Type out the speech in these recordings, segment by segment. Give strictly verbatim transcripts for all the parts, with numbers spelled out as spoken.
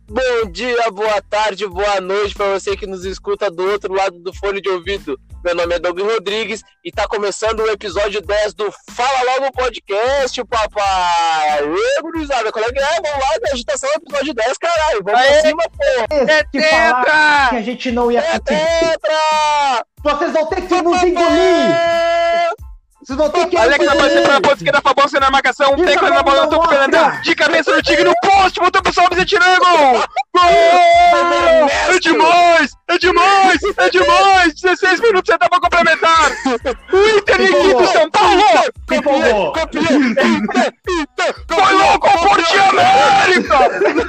Bom dia, boa tarde, boa noite para você que nos escuta do outro lado do fone de ouvido. Meu nome é Douglas Rodrigues e tá começando o episódio dez do Fala Logo Podcast, papai! Ê, gurizada, qual é que é? Vamos lá, da agitação, episódio dez, caralho! Vamos Aê, pra cima, pô! É tetra! Que a gente não ia É conseguir. tetra! Vocês vão ter que nos engolir! Vocês vão ter que Alex engolir! apareceu pela ponta esquerda, Fabão sendo na marcação, Isso, Tecla na bola, vamos, topo vamos, Fernandão, vamos. de cabeça no Tigre no poste, voltou pro Salves e tirando! Gol! É demais! É demais! É demais! dezesseis minutos você dá pra complementar! O Inter e do São Paulo! Empolgou! Campeão! Eita, eita! Foi louco o Forte América!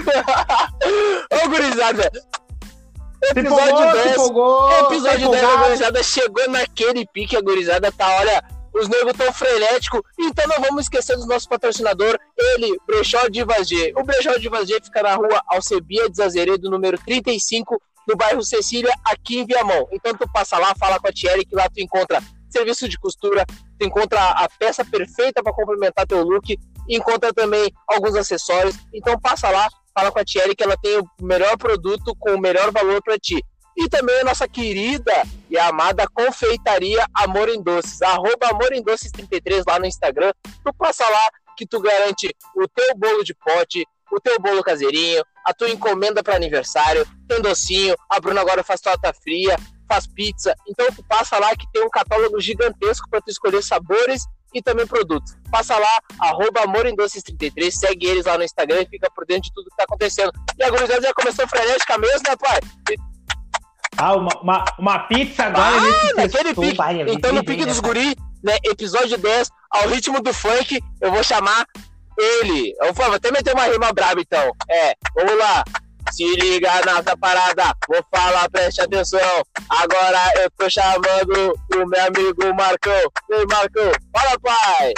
Ô, gurizada! Se Episódio empolgou, se dez, empolgou, episódio tá dez, a empolgado. gurizada chegou naquele pique, a gurizada tá, olha, os negros tão frenéticos, então não vamos esquecer do nosso patrocinador, ele, Brechó Divas G. O Brechó Divas G fica na rua Alcebiades Azeredo, número trinta e cinco, no bairro Cecília, aqui em Viamão. Então tu passa lá, fala com a Thierry, que lá tu encontra serviço de costura, tu encontra a peça perfeita para complementar teu look, encontra também alguns acessórios, então passa lá, fala com a Thierry que ela tem o melhor produto com o melhor valor para ti. E também a nossa querida e amada confeitaria Amor em Doces, arroba Amor em Doces trinta e três lá no Instagram. Tu passa lá que tu garante o teu bolo de pote, o teu bolo caseirinho, a tua encomenda para aniversário, tem docinho, a Bruna agora faz torta fria, faz pizza. Então tu passa lá que tem um catálogo gigantesco para tu escolher sabores e também produtos. Passa lá, arroba Amor em Doces trinta e três, segue eles lá no Instagram e fica por dentro de tudo que tá acontecendo. E a gurizada já começou frenética mesmo, né, pai? Ah, uma, uma, uma pizza agora Ah, nesse naquele sextou, pique. vai, eu Então no vi pique bem, dos né, guri, né, episódio dez, ao ritmo do funk, eu vou chamar ele. Eu vou até meter uma rima braba, então. É, vamos lá. Se liga nessa parada, vou falar, preste atenção. Agora eu tô chamando o meu amigo Marcão. Ei, Marcão, fala, pai.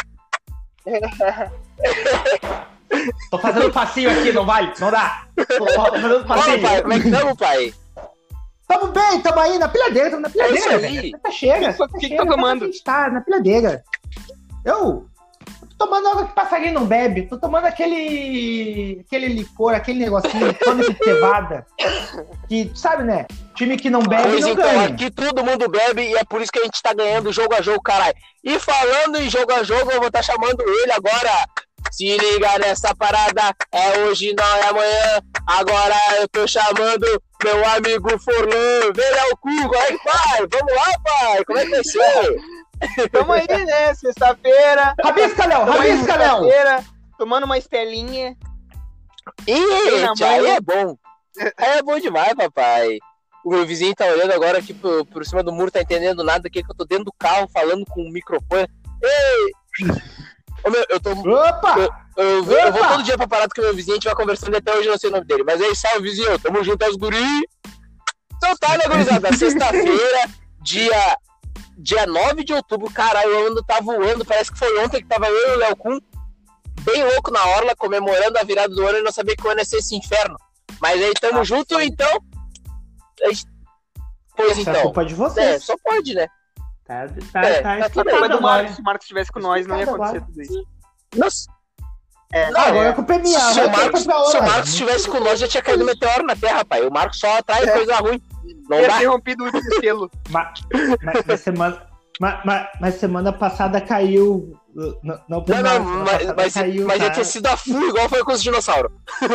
Tô fazendo passinho aqui, não vale? Não dá. Tô, tô fazendo Fala, passinho. pai, como é que estamos, pai? Tamo bem, tamo aí na pilhadeira, tamo na É pilhadeira, isso aí. velho. Tá chega, Que- tá que que chega, tá tomando? A gente tá na pilhadeira. Eu tô tomando água que passarinho não bebe. Tô tomando aquele aquele licor, aquele negocinho, tônico de cevada. Que, sabe, né? Time que não bebe Pois não então, ganha. aqui todo mundo bebe e é por isso que a gente tá ganhando jogo a jogo, caralho. E falando em jogo a jogo, eu vou estar chamando ele agora. Se liga nessa parada, é hoje, não é amanhã. Agora eu tô chamando meu amigo Forlan. Vem lá o cu, como é que vai? Vamos lá, pai, como é que vai ser? Tamo aí, né? Sexta-feira. Rabisca, Léo, Tamo aí, rabisca, Léo. sexta-feira, tomando uma estelinha. Ih, na tia, mão. aí é bom. Aí é bom demais, papai. O meu vizinho tá olhando agora aqui por, por cima do muro, tá entendendo nada aqui, que eu tô dentro do carro falando com o microfone. Ei! Ô, meu, eu tô... Opa! Eu, eu, vou- eu vou Opa! todo dia pra parado com o meu vizinho, a gente vai conversando e até hoje eu não sei o nome dele. Mas aí, salve, vizinho, tamo junto aos guri. Então tá, né, gurizada? Sexta-feira, dia, dia nove de outubro, caralho, o ano tá voando, parece que foi ontem que tava eu e o Léo Kun bem louco na orla, comemorando a virada do ano e não sabia que o ano ia ser esse inferno. Mas aí, tamo Ah, junto, sim. então... A gente- Pois Essa é então, culpa de é, vocês. só pode, né? Tá, tá, É, tá tá tudo explicado Foi do agora. Marcos. Se o Marcos estivesse com nós, não ia acontecer tudo isso. Nossa, É, Não, Agora é. a culpa é minha. se vai o Marcos, pra outra. se o Marcos estivesse com nós, já tinha caído um meteoro na Terra, pai. O Marcos só atrai coisa ruim. Não Ia dá. ter rompido o último selo. Mas, mas, mas semana, mas, mas, mas semana passada caiu. Não, não, Não, não, semana mas, passada mas, caiu, mas ia tá? ter sido a full, igual foi com os dinossauros.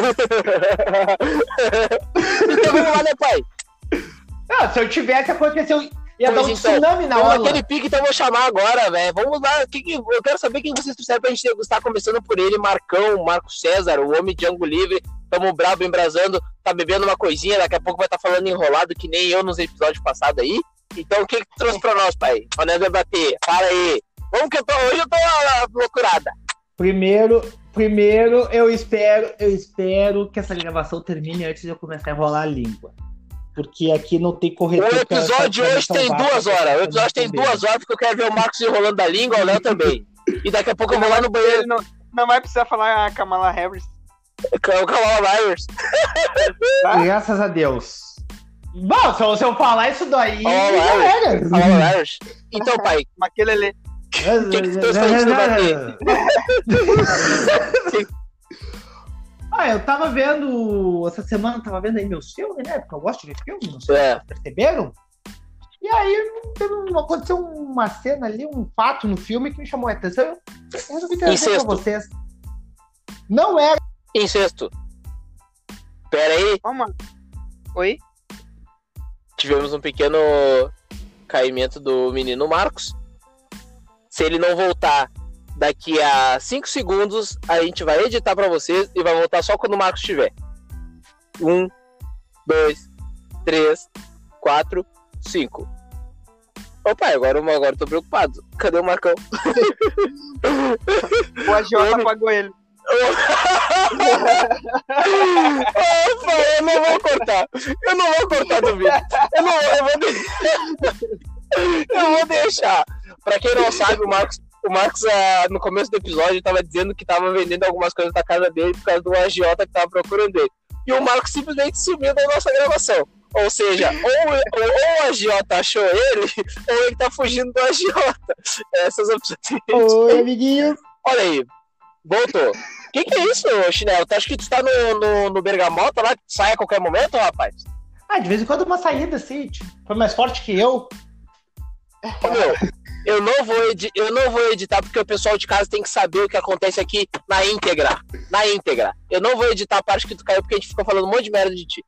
Então vamos lá, né, pai? Não, se eu tivesse aconteceu, ia dar um Pois então, tsunami na Vamos aula. naquele pique, então eu vou chamar agora, velho. Vamos lá. Que que, eu quero saber quem vocês trouxeram pra gente degustar, começando por ele, Marcão, Marcos César, o homem de ângulo livre. Tamo brabo, embrasando, tá bebendo uma coisinha, daqui a pouco vai estar tá falando enrolado, que nem eu nos episódios passados aí. Então, o que que tu trouxe pra nós, pai? Pra nós debater. Fala aí. Vamos que eu tô, hoje eu tô ah, loucurada. Primeiro, primeiro eu espero, eu espero que essa gravação termine antes de eu começar a enrolar a língua. Porque aqui não tem corretor. O episódio pra- pra hoje tem salvar, duas pra- horas. O pra episódio tem entender. duas horas, porque eu quero ver o Marcos enrolando da língua, o Léo também. E daqui a pouco eu vou lá no banheiro. Ele não, não vai precisar falar a Kamala Harris. O Kamala Myers. Graças a Deus. Bom, se eu, se eu falar isso daí, Kamala já era. Kamala Myers. Então, pai, Maquelele. o que que tu trouxe pra gente debater? Ah, eu tava vendo, essa semana eu tava vendo aí meus filmes, né? Porque eu gosto de ver filme, não sei se É. vocês perceberam. E aí teve um- aconteceu uma cena ali, um fato no filme que me chamou a atenção. Eu resolvi trazer pra Incesto. vocês. Não era. Incesto. Pera aí, Calma. Oi? tivemos um pequeno caimento do menino Marcos. Se ele não voltar daqui a cinco segundos, a gente vai editar pra vocês e vai voltar só quando o Marcos estiver. Um, dois, três, quatro, cinco. Opa, agora, eu- agora eu tô preocupado. Cadê o Marcão? O agiota apagou ele. Opa, eu não vou cortar. Eu não vou cortar do vídeo. Eu não eu vou, de... eu vou deixar. Pra quem não sabe, o Marcos, o Marcos ah, no começo do episódio tava dizendo que tava vendendo algumas coisas da casa dele por causa do agiota que tava procurando ele. E o Marcos simplesmente sumiu da nossa gravação. Ou seja, ou, ou, ou o agiota achou ele, ou ele tá fugindo do agiota. Essas opções. Oi, amiguinhos. Olha aí, voltou. O que, que é isso, Chinelo? Tu acha que tu tá no, no, no Bergamota lá, que tu sai a qualquer momento, rapaz? Ah, de vez em quando uma saída assim, tipo, foi mais forte que eu. Ô, meu, eu não, vou edi- eu não vou editar porque o pessoal de casa tem que saber o que acontece aqui na íntegra. Na íntegra. Eu não vou editar a parte que tu caiu porque a gente ficou falando um monte de merda de ti.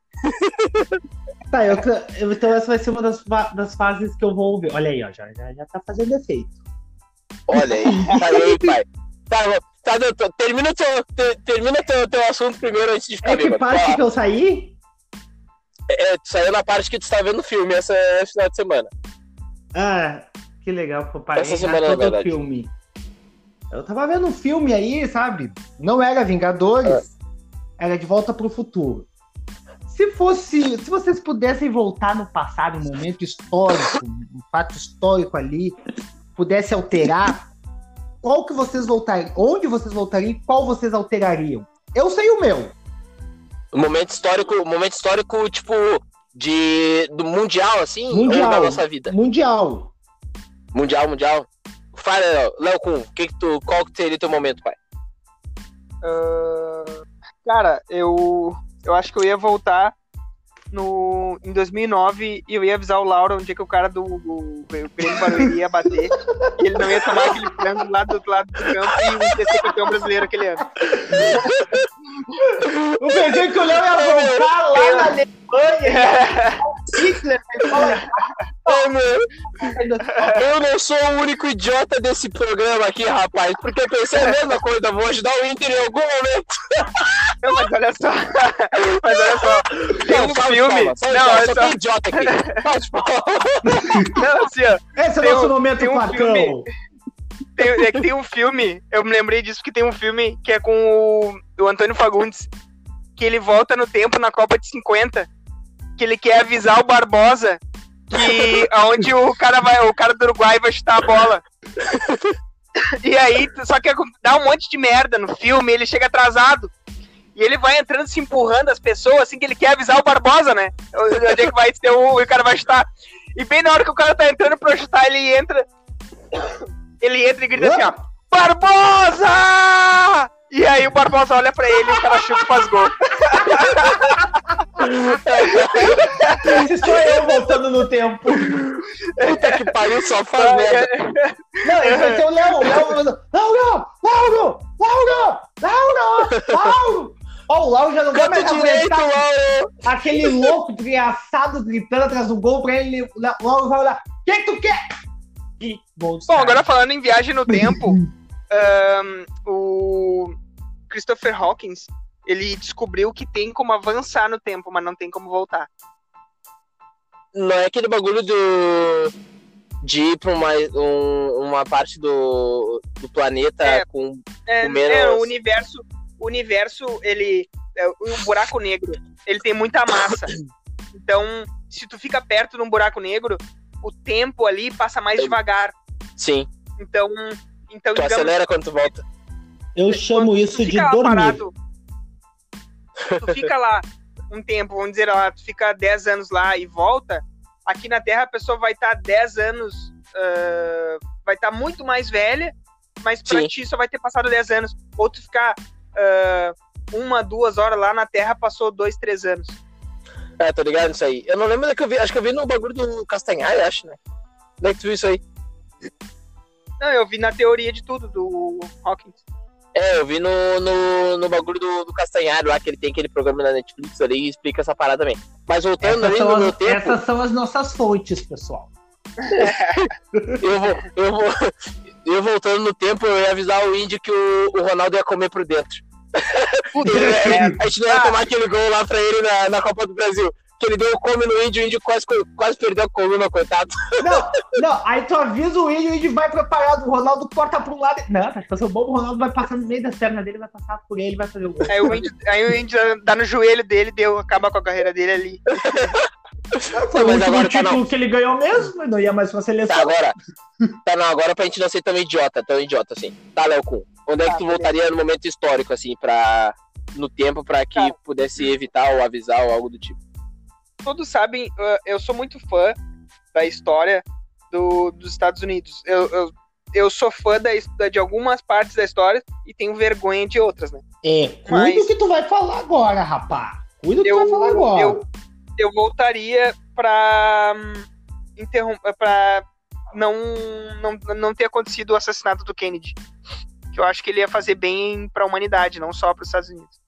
Tá, eu, tra- eu- então essa vai ser uma das, fa- das fases que eu vou ver. Olha aí, ó, já, já, já tá fazendo efeito. Olha aí, tá aí, pai. Tá, tá, doutor, termina o teu, te- termina teu, teu assunto primeiro antes de ficar É que bêbado. parte Vai lá. que eu saí? É, tu saiu na parte que tu tá vendo o filme essa esse final de semana. Ah, que legal, pô, parei Essa já semana, na todo o verdade. filme. Eu tava vendo um filme aí, sabe? Não era Vingadores, era De Volta pro Futuro. Se fosse, se vocês pudessem voltar no passado, um momento histórico, um fato histórico ali, pudesse alterar, qual que vocês voltariam? Onde vocês voltariam e qual vocês alterariam? Eu sei o meu. Um momento histórico, um momento histórico, tipo, de, do mundial, assim, Mundial. ou da nossa vida? Mundial. Mundial, mundial. Fala, Léo, Léo Kun, que que tu, qual que seria teu momento, pai? Ah, cara, eu, eu acho que eu ia voltar no, em dois mil e nove e eu ia avisar o Laura onde é que o cara do, do, do Grêmio Barueri ia bater e ele não ia tomar aquele frango lá do outro lado do campo e ia ser campeão brasileiro aquele ano. Eu pensei que o Léo ia voltar lá na Alemanha. Hitler, Ô, meu, eu não sou o único idiota desse programa aqui, rapaz, porque eu pensei a mesma coisa, vou ajudar o Inter em algum momento. Não, mas olha só. Mas olha só. Tem um Não, salve de filme. palmas, salve de Não, palmas, olha só só. tem idiota aqui. Salve de palmas. Não, assim, ó. Esse é Tem o nosso um- momento, tem um Facão. filme. Tem, é que tem um filme, eu me lembrei disso porque tem um filme que é com o, o Antônio Fagundes, que ele volta no tempo na Copa de cinquenta, que ele quer avisar o Barbosa que aonde o cara vai, o cara do Uruguai vai chutar a bola. E aí, só que dá um monte de merda no filme, ele chega atrasado. E ele vai entrando, se empurrando as pessoas, assim que ele quer avisar o Barbosa, né? Onde é que vai ter o, o cara vai chutar. E bem na hora que o cara tá entrando pra chutar, ele entra. Ele entra e grita assim, ó. Barbosa! E aí o Barbosa olha pra ele e o cara chuta e faz gol. Esse sou eu voltando no tempo. Puta que pariu, só faz merda. Não, ele vai ter o Léo. O Léo falando, Lauro, Lauro, Lauro, Lauro, Lauro. Ó, o Lauro já não vai Canto mais direito, aguentar Lauro. aquele louco desgraçado gritando atrás do gol pra ele. O Lauro vai olhar, o que que tu quer? E gol dos Bom, caras. agora falando em viagem no tempo, um, o Christopher Hawkins, ele descobriu que tem como avançar no tempo, mas não tem como voltar. Não é aquele bagulho do de ir pra uma, um- uma parte do, do planeta É. com É, Com menos- é, o universo, o universo, ele, é, o buraco negro, ele tem muita massa. Então, se tu fica perto de um buraco negro, o tempo ali passa mais devagar. sim, Então, então tu digamos, acelera quando tu volta. Eu chamo quando tu isso de fica lá dormir. parado, tu fica lá um tempo, vamos dizer lá, tu fica dez anos lá e volta, aqui na Terra a pessoa vai estar dez anos, uh, vai estar muito mais velha, mas pra Sim. ti só vai ter passado dez anos. Ou tu ficar uh, uma, duas horas lá na Terra, passou dois, três anos. É, tô ligado nisso aí. Eu não lembro da que eu vi, acho que eu vi no bagulho do Castanhari, acho, né? Onde é que tu viu isso aí? Não, eu vi na teoria de tudo, do Hawkins. É, eu vi no, no, no bagulho do, do Castanhari lá, que ele tem aquele programa na Netflix ali e explica essa parada também. Mas voltando Essas ali são no as- meu tempo, Essas são as nossas fontes, pessoal. eu vou, eu vou, eu voltando no tempo, eu ia avisar o índio que o, o Ronaldo ia comer por dentro. Ele- a gente não ia tomar aquele gol lá pra ele na, na Copa do Brasil. Que ele deu um come no índio, o índio quase, quase perdeu a coluna, coitado. Não, não, aí tu avisa o índio, o índio vai preparado, o Ronaldo corta pra um lado. Não, tá ficando bom, o Ronaldo vai passar no meio das pernas dele, vai passar por ele, vai fazer o gol. Aí o índio, aí o índio dá no joelho dele, deu, acaba com a carreira dele ali. Foi o Mas último agora tá título não. que ele ganhou mesmo, não ia mais pra seleção. Tá, agora. Tá, não, agora pra gente não ser tão idiota, tão idiota assim. Tá, Léo Kuhn, onde é que Tá, tu beleza. voltaria no momento histórico, assim, pra. No tempo, pra que Tá. pudesse evitar ou avisar ou algo do tipo? Todos sabem, uh, eu sou muito fã da história do, dos Estados Unidos. Eu, eu, eu sou fã da, his- de algumas partes da história e tenho vergonha de outras, né? É, cuida Mas- do que tu vai falar agora, rapá. Cuida do que tu Eu, vai falar agora. eu, eu voltaria pra hum, interromper, pra não, não, não ter acontecido o assassinato do Kennedy. Que eu acho que ele ia fazer bem pra humanidade, não só pros Estados Unidos.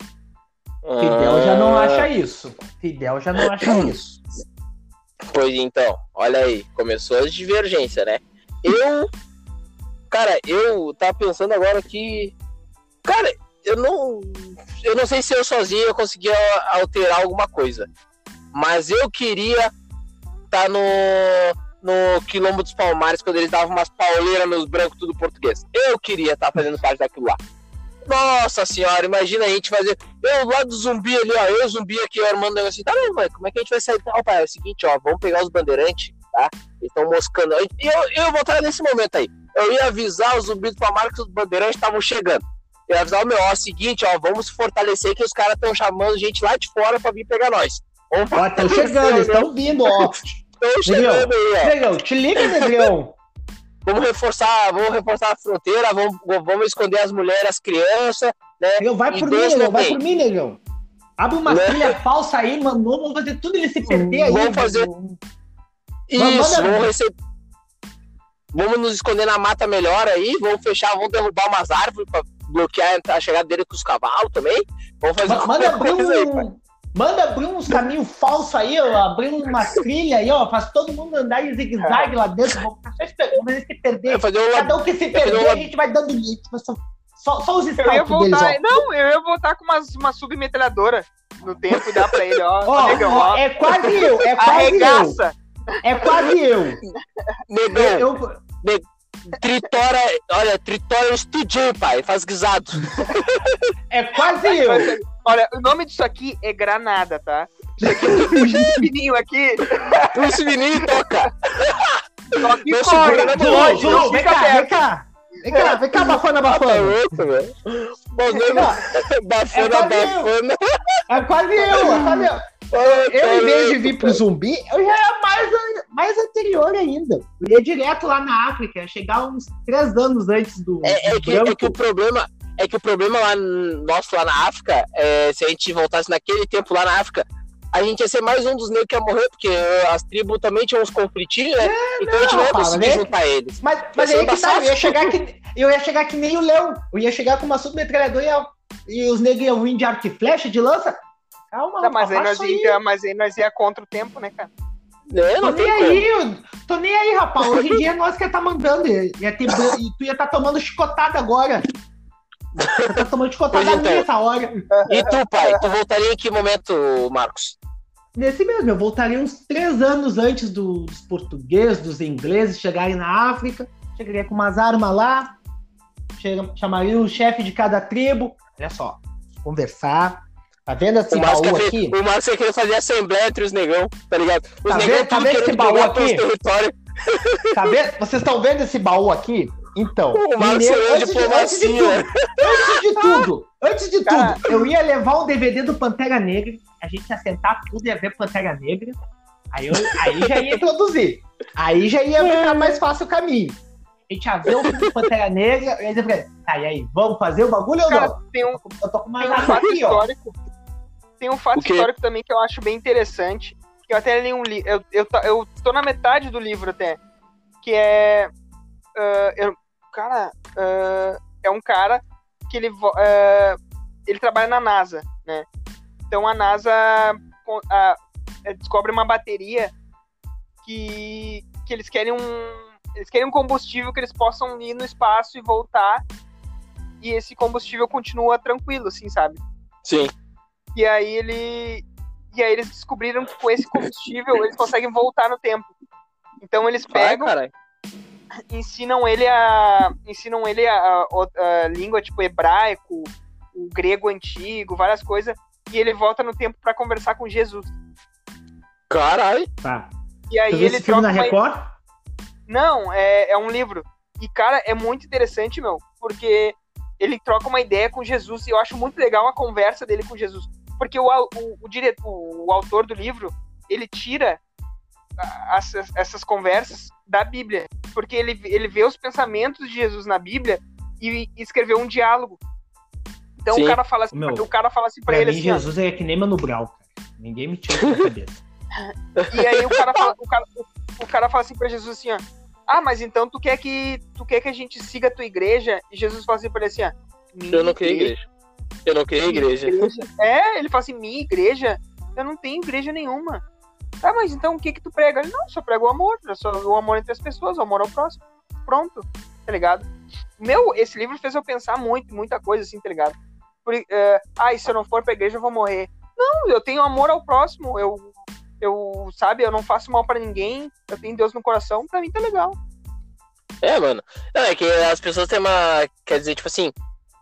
Fidel já não Ah, acha isso. Fidel já não acha isso. Pois então, olha aí, começou as divergências, né? Eu. Cara, eu tava pensando agora que. Cara, eu não. Eu não sei se eu sozinho eu conseguia alterar alguma coisa. Mas eu queria estar no. No Quilombo dos Palmares, quando eles davam umas pauleiras nos brancos, tudo português. Eu queria estar fazendo parte daquilo lá. Nossa senhora, imagina a gente fazer. Eu lá do zumbi ali, ó. Eu zumbi aqui, armando um negócio assim. Tá, não, mãe, como é que a gente vai sair? Ó, pai, é o seguinte, ó. Vamos pegar os bandeirantes, tá? Eles estão moscando. E eu, eu vou estar nesse momento aí. Eu ia avisar os zumbis do Palmares que os bandeirantes estavam chegando. Eu ia avisar o meu, ó, é o seguinte, ó. Vamos se fortalecer que os caras estão chamando gente lá de fora pra vir pegar nós. Vamos Ó, estão chegando, eles estão vindo, ó. Estão chegando aí, ó. Negão, te liga, Negão. Vamos reforçar, vamos reforçar a fronteira, vamos, vamos esconder as mulheres, as crianças, né? Negão, vai E por Deus mim, Negão, não vai tem. por mim, Negão. Abre uma Né? trilha falsa aí, mano. Vamos fazer tudo ele se perder aí. Vamos fazer- Negão. Isso, Manda- vamos receber. Vamos nos esconder na mata melhor aí, vamos fechar, vamos derrubar umas árvores pra bloquear a chegada dele com os cavalos também. Vamos fazer Ma- Manda abrir coisa aí, pai. um. Manda abrir uns caminhos falsos aí, ó. Abrir uma trilha aí, ó. Faz todo mundo andar em zigue-zague lá dentro. Vamos ficar só esperando. Vamos fazer se perder. Vai fazer um Cada um que se fazer perder, uma- a gente vai dando jeito. Só, só, só os Eu ia scouts deles, voltar. ó. Não, eu ia voltar com umas, uma submetralhadora no tempo e dar pra ele, ó. Ó, negão, ó, ó. é quase eu, é quase eu. Arregaça! É quase eu. Negão, eu tritora, olha, tritora o estudinho, pai, faz guisado. é quase eu. Olha, o nome disso aqui é granada, tá? Isso aqui, tu puxa esse pininho aqui, Esse menino toca. só que Não corre, segura, vai de não, longe, Ju, não vem fica cá, vem perto. cá. Vem cá, vem cá, bafana, Ah, tá bafana. louco, velho. Bagulho, bafana, É quase eu. bafana. É quase eu, é quase eu. Eu, em vez de vir pro zumbi, eu já ia mais, mais anterior ainda. Eu ia direto lá na África, ia chegar uns três anos antes do, É, é do que, é branco. que o problema é que o problema lá n- nosso lá na África, é, se a gente voltasse naquele tempo lá na África, a gente ia ser mais um dos negros que ia morrer, porque eh, as tribos também tinham uns conflitinhos, né? então a gente não ia fala, conseguir né? juntar eles. Mas, mas Ia ser aí que tá, eu ia, embaçado. chegar que, eu ia chegar que nem o Leão. Eu ia chegar com uma submetralhadora e, ia- e os negros iam vir de arco e flecha, de lança. Calma, Tá, mas, aí rapaz, nós isso aí. ia, mas aí nós ia contra o tempo, né, cara? Né? Tô Não nem tem como. aí, eu- tô nem aí, rapaz. Hoje em dia é nós que ia tá mandando. Ia ter, bran- e tu ia tá tomando chicotada agora. Tu tá tomando chicotada Pois então. nessa hora. E tu, pai, tu voltaria em que momento, Marcos? Nesse mesmo, eu voltaria uns três anos antes do- dos portugueses, dos ingleses chegarem na África. Chegaria com umas armas lá. chega- chamaria o chefe de cada tribo. Olha só, conversar. Tá vendo esse O Marcos baú quer- aqui? o Marcos ia querer fazer assembleia entre os negão, tá ligado? Os Tá negão vendo- tá tudo vendo esse querendo baú pegar pros aqui? territórios. Tá vendo? Vocês estão vendo esse baú aqui? Então, O Marcos primeiro, seria antes, de, antes de diplomacia. tudo, antes de tudo, antes de Cara. tudo, eu ia levar um D V D do Pantera Negra, a gente ia sentar tudo e ia ver Pantera Negra, aí, eu, aí já ia introduzir, aí já ia ficar mais fácil o caminho. A gente ia ver o filme do Pantera Negra, eu ia dizer pra ele, Tá, e aí, vamos fazer o bagulho ou Cara, não? tem um, Eu tô com uma tem um garrafa fato aqui, ó. histórico. Tem um fato O quê? histórico também que eu acho bem interessante. Que eu até li um livro. Eu, eu, ta- eu tô na metade do livro até. Que é. ah, eu- cara, ah, é um cara que ele, vo- ah, ele trabalha na NASA, né? Então a NASA co- ah, eh, descobre uma bateria que, que eles querem um. Eles querem um combustível que eles possam ir no espaço e voltar. E esse combustível continua tranquilo, assim, sabe? Sim. E aí ele. E aí eles descobriram que com esse combustível eles conseguem voltar no tempo. Então eles Vai, pegam, caralho. ensinam ele a. ensinam ele a, a- a língua tipo hebraico, o grego antigo, várias coisas, e ele volta no tempo pra conversar com Jesus. Caralho. Tá. E aí Tu viu ele esse filme troca na uma... Record? Não, é, é um livro. E, cara, é muito interessante, meu, porque ele troca uma ideia com Jesus e eu acho muito legal a conversa dele com Jesus. Porque o, au- o, o, diretor, o autor do livro, ele tira a- essas, essas conversas da Bíblia. Porque ele, ele vê os pensamentos de Jesus na Bíblia e, e escreveu um diálogo. Então Sim. o cara fala assim, Meu, o cara fala assim pra, Pra ele mim, assim, ó, Jesus é que nem Mano Brown, cara. Ninguém me tira da cabeça. e aí o cara, fala, o, cara, o, o cara fala assim pra Jesus assim, ó, ah, mas então tu quer que tu quer que a gente siga a tua igreja? E Jesus fala assim pra ele assim, ó, minha Eu não queria igreja. Eu não queria igreja. É, ele fala assim, minha igreja? Eu não tenho igreja nenhuma. Tá, mas então o que que tu prega? Ele, não, só prego o amor, só o amor entre as pessoas, o amor ao próximo. Pronto, tá ligado? Meu, esse livro fez eu pensar muito, muita coisa assim, tá ligado? Por, é, ah, e se eu não for pra igreja eu vou morrer. Não, eu tenho amor ao próximo, eu, eu sabe, eu não faço mal pra ninguém, eu tenho Deus no coração, pra mim tá legal. É, mano. Não, é que as pessoas têm uma. Quer dizer, tipo assim.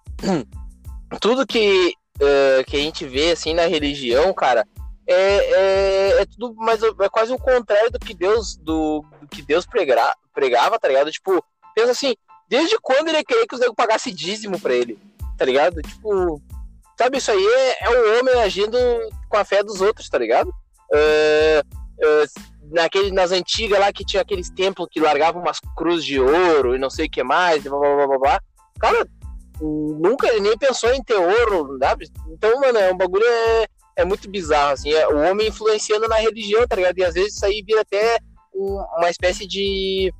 Tudo que, eh, que a gente vê, assim, na religião, cara, é, é, é tudo mais. É quase o contrário do que Deus, do, do que Deus pregra, pregava, tá ligado? Tipo, pensa assim, desde quando ele queria que os negros pagassem dízimo pra ele, tá ligado? Tipo, sabe, isso aí é, é o homem agindo com a fé dos outros, tá ligado? É, é, naquele, nas antigas lá que tinha aqueles templos que largavam umas cruzes de ouro e não sei o que mais, blá blá blá blá blá. Cara, nunca nem pensou em ter ouro, sabe? Então, mano, é um bagulho é, é muito bizarro, assim, é o homem influenciando na religião, tá ligado? E às vezes isso aí vira até um, uma espécie de,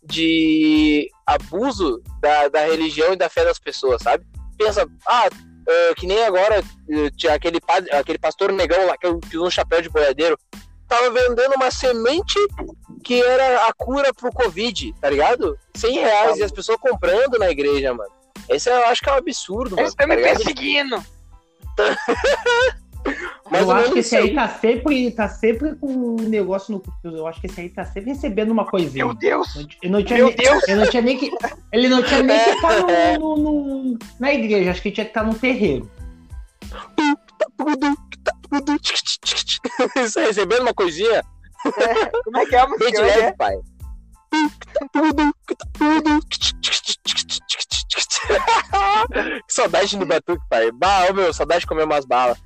de abuso da, da religião e da fé das pessoas, sabe? Pensa, ah, é, que nem agora tinha aquele, padre, aquele pastor negão lá que usou um chapéu de boiadeiro, tava vendendo uma semente que era a cura pro Covid, tá ligado? cem reais, e as pessoas comprando na igreja, mano. Esse eu acho que é um absurdo, mano. Eles estão me tá ligado? perseguindo. Mais eu ou acho menos que esse isso aí tá sempre, tá sempre com um negócio no. Eu acho que esse aí tá sempre recebendo uma coisinha. Meu Deus. Eu não tinha Meu nem, Deus. Eu não tinha nem que. Ele não tinha nem que estar no, no, no- na igreja, acho que tinha que estar no terreiro. Isso, recebendo uma coisinha É, como é que é a música? bem de Como é que é? leve, pai. Que saudade do batuque, pai. Bah, ô, meu, saudade de comer umas balas.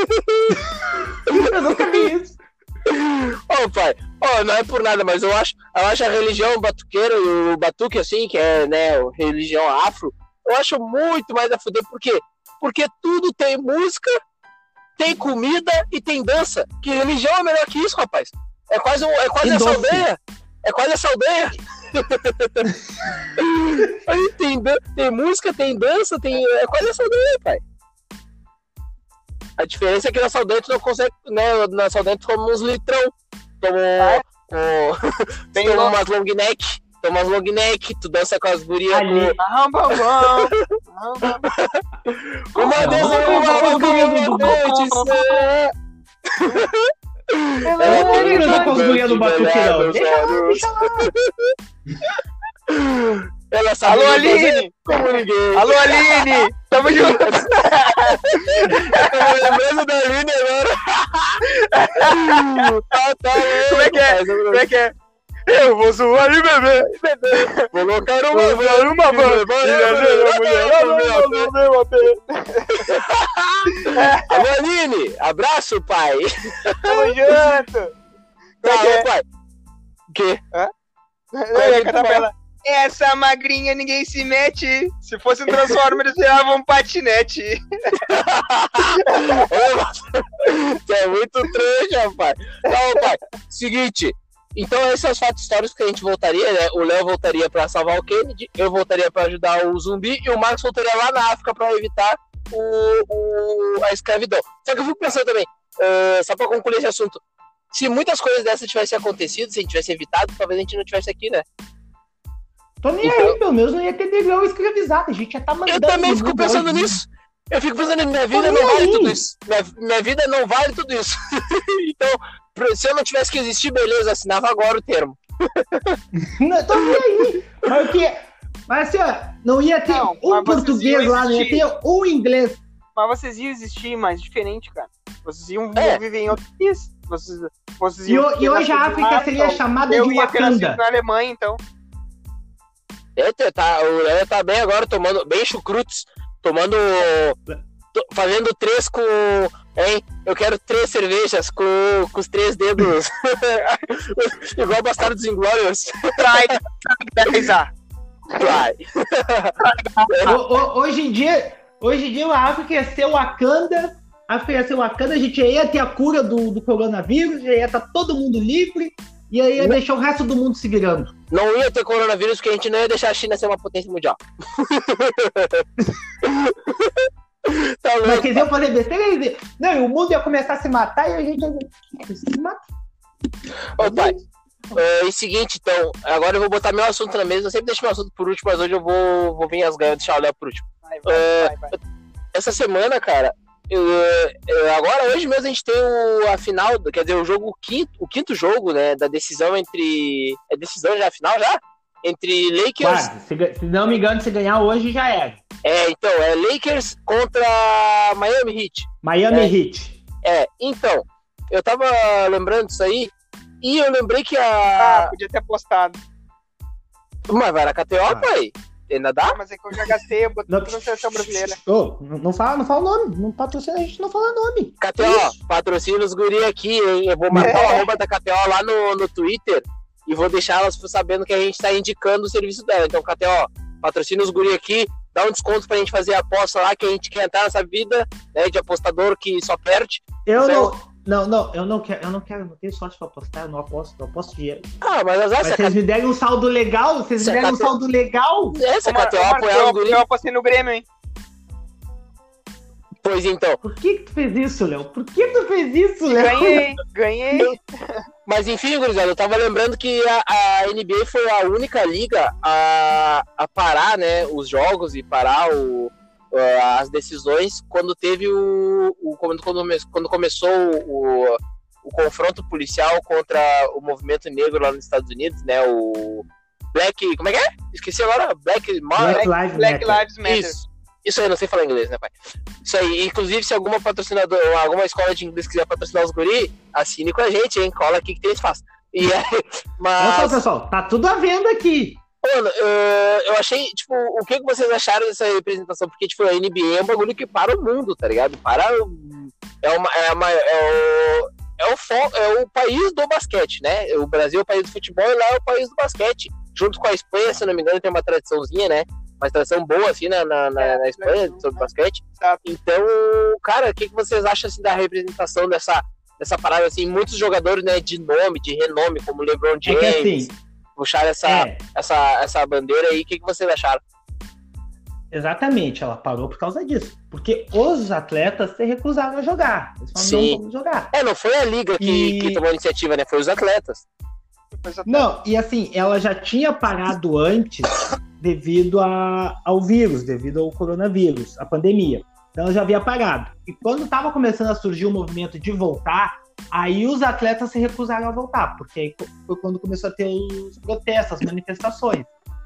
Eu nunca vi isso. Ô, pai, ô, não é por nada, mas eu acho, eu acho a religião batuqueira e o batuque, assim, que é, né, a religião afro, eu acho muito mais a fuder. Por quê? Porque tudo tem música, tem comida e tem dança. Que religião é melhor que isso, rapaz? É quase, um, é quase E essa doce. aldeia. É quase essa aldeia. Aí tem, dan- tem música, tem dança, tem, é quase essa aldeia, pai. A diferença é que na Saldanha tu não consegue, né? Na Saldanha tu toma uns litrão. Toma um, um, Tem toma lo- umas long neck. Toma umas long neck, tu dança com as gurias. Ali. Aham, bom, bom. Aham, bom. Com... Uma Ah, vez vamos eu dançar com as gurias do- uma do- noite, é. Eu não vou dançar com as gurias do batuque, não. Deixa lá, deixa lá. Ela sabe Alô, fazer Aline! como ninguém. Alô, Aline! Tamo junto! Eu tô lembrando da Aline agora. Tá, tá, Como é que é? Como é que é? Eu vou zoar e beber! beber. Vou colocar Vou uma zoar uma van! E a mulher, a mulher, Alô, Aline! Abraço, pai! Tamo junto! Como é Tá, que é? pai. O quê? Não, eu ia cantar pra ela. Essa magrinha ninguém se mete. Se fosse um Transformer, eles viravam um patinete. Você é muito trouxa, rapaz. Não, pai. Seguinte. Então, esses são os fatos históricos que a gente voltaria, né? O Léo voltaria pra salvar o Kennedy, eu voltaria pra ajudar o zumbi e o Marcos voltaria lá na África pra evitar o, o, a escravidão. Só que eu fico pensando também, uh, só pra concluir esse assunto, se muitas coisas dessas tivessem acontecido, se a gente tivesse evitado, talvez a gente não tivesse aqui, né? Tô nem Então- aí, pelo menos não ia ter negão escravizado. A gente já tá mandando. Eu também fico no pensando hoje. nisso. Eu fico pensando, minha vida Tô não nem vale aí. tudo isso. Minha, minha vida não vale tudo isso. Então, pra- se eu não tivesse que existir, beleza, assinava agora o termo. Não, tô nem aí. Mas o que? Mas assim, ó, não ia ter Não, um mas vocês português iam lá, não ia existir. ter um inglês. Mas vocês iam existir, mas diferente, cara. Vocês iam É. viver em outro país. Vocês, vocês E, iam o- e ter hoje a nascido África lá, seria então. chamada Eu de ia ter nascido Wakanda. na Alemanha, então. É, tá, o Léo tá bem agora, tomando, bem chucrutos, tomando, to- fazendo três com, hein, eu quero três cervejas com, com os três dedos, igual Bastardos Inglórios. Trai, trai, Vai. O- o- hoje em dia, hoje em dia a África ia ser Wakanda. A África ia ser Wakanda, a gente já ia ter a cura do, do coronavírus, já ia estar todo mundo livre, e aí ia Não. deixar o resto do mundo se virando. Não ia ter coronavírus porque a gente não ia deixar a China ser uma potência mundial. Tá Mas louco. vocês iam fazer besteira, eles iam- não, e o mundo ia começar a se matar e a gente ia se matar. Ô, pai, é o seguinte, então, agora eu vou botar meu assunto na mesa, eu sempre deixo meu assunto por último, mas hoje eu vou, vou vir as ganhas, deixar o Léo por último. Vai, vai, É, vai, vai. Essa semana, cara, eu, eu- agora hoje mesmo a gente tem o, a final, do- quer dizer, o jogo, o quinto, o quinto jogo, né, da decisão entre, é decisão já, a final já? Entre Lakers, Quase. Se, ga- se não me engano, se ganhar hoje já era. é, então, é Lakers contra Miami Heat. Miami É. Heat. É, então, eu tava lembrando disso aí, e eu lembrei que Ah, a... podia ter apostado. Mas vai na K T O, Ah. pai? Ainda dá? Ah, mas é que eu já gastei, eu botei Não. tudo na seleção brasileira. Ô, não, não fala, não fala nome. Não patrocina, a gente não fala nome. K T O, patrocina os guri aqui, hein? Eu vou marcar o arroba da K T O lá no, no Twitter e vou deixar elas sabendo que a gente tá indicando o serviço dela. Então, K T O, patrocina os guri aqui, dá um desconto pra gente fazer a aposta lá, que a gente quer entrar nessa vida, né, de apostador que só perde. Eu Então- não. Não, não, eu não quero, eu não quero, não tenho sorte pra apostar, eu não aposto, eu aposto dinheiro. Ah, mas as Mas essa, vocês me derem um saldo legal, vocês Se me a derem um K T O saldo legal. essa Ô, K T O Mar- ô, apoiar Marcos, os guri. eu, eu apostei no Grêmio, hein? Pois então. Por que, que tu fez isso, Léo? Por que tu fez isso, Léo? Ganhei, ganhei. Mas enfim, gurizada, eu tava lembrando que a, a N B A foi a única liga a, a parar, né, os jogos e parar o, as decisões quando teve o, o quando, quando, quando começou o, o confronto policial contra o movimento negro lá nos Estados Unidos, né, o Black, como é que é? Esqueci agora, Black, Black Lives Black Matter. Lives Matter. isso. Isso aí, não sei falar inglês, né, pai? Isso aí, inclusive, se alguma patrocinadora, alguma escola de inglês quiser patrocinar os guri, assine com a gente, hein? Cola aqui que tem espaço. E aí, Olha mas, só, pessoal, tá tudo à venda aqui. mano, eu, eu achei, tipo, o que que vocês acharam dessa representação? Porque, tipo, a N B A é um bagulho que para o mundo, tá ligado? Para o, é uma, é uma, é o, é o, fo- é o país do basquete, né? O Brasil é o país do futebol e lá é o país do basquete. Junto com a Espanha, se não me engano, tem uma tradiçãozinha, né? Uma tradição boa, assim, na, na, na, na Espanha, sobre basquete. Exato. Então, cara, o que, que vocês acham, assim, da representação dessa, dessa parada, assim? Muitos jogadores, né, de nome, de renome, como LeBron É que James, assim, puxaram essa, é, essa, essa bandeira aí. O que, que vocês acharam? exatamente, ela parou por causa disso. Porque os atletas se recusaram a jogar. Eles falaram, Sim. não vamos jogar. É, não foi a liga que, E- que tomou a iniciativa, né? Foi os atletas. Não, e assim, ela já tinha parado antes devido a, ao vírus, devido ao coronavírus, a pandemia. Então ela já havia parado. E quando estava começando a surgir o movimento de voltar, aí os atletas se recusaram a voltar, porque aí foi quando começou a ter os protestos, as manifestações.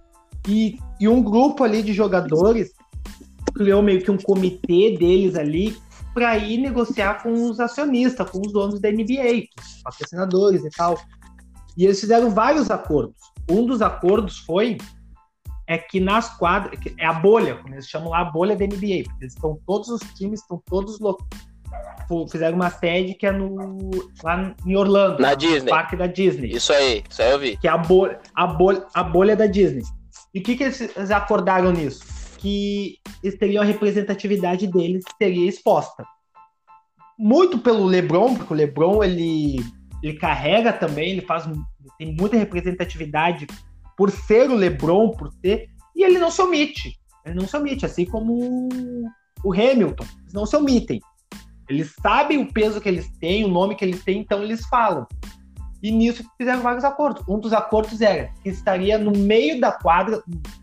E, e um grupo ali de jogadores criou meio que um comitê deles ali para ir negociar com os acionistas, com os donos da N B A, com os patrocinadores e tal. E eles fizeram vários acordos. Um dos acordos foi é que nas quadras, que é a bolha, como eles chamam lá, a bolha da N B A, porque eles estão todos os times, estão todos lo... fizeram uma sede que é no lá em Orlando, Na no Disney. parque da Disney, Isso aí, isso aí eu vi. que é a bolha, a bolha, a bolha da Disney. E o que, que eles acordaram nisso? Que eles teriam a representatividade deles seria exposta. Muito pelo LeBron, porque o LeBron ele, ele carrega também, ele faz tem muita representatividade por ser o LeBron, por ter, e ele não se omite. Ele não se omite, assim como o Hamilton. Eles não se omitem. Eles sabem o peso que eles têm, o nome que eles têm, então eles falam. E nisso fizeram vários acordos. Um dos acordos era que estaria no meio da quadra,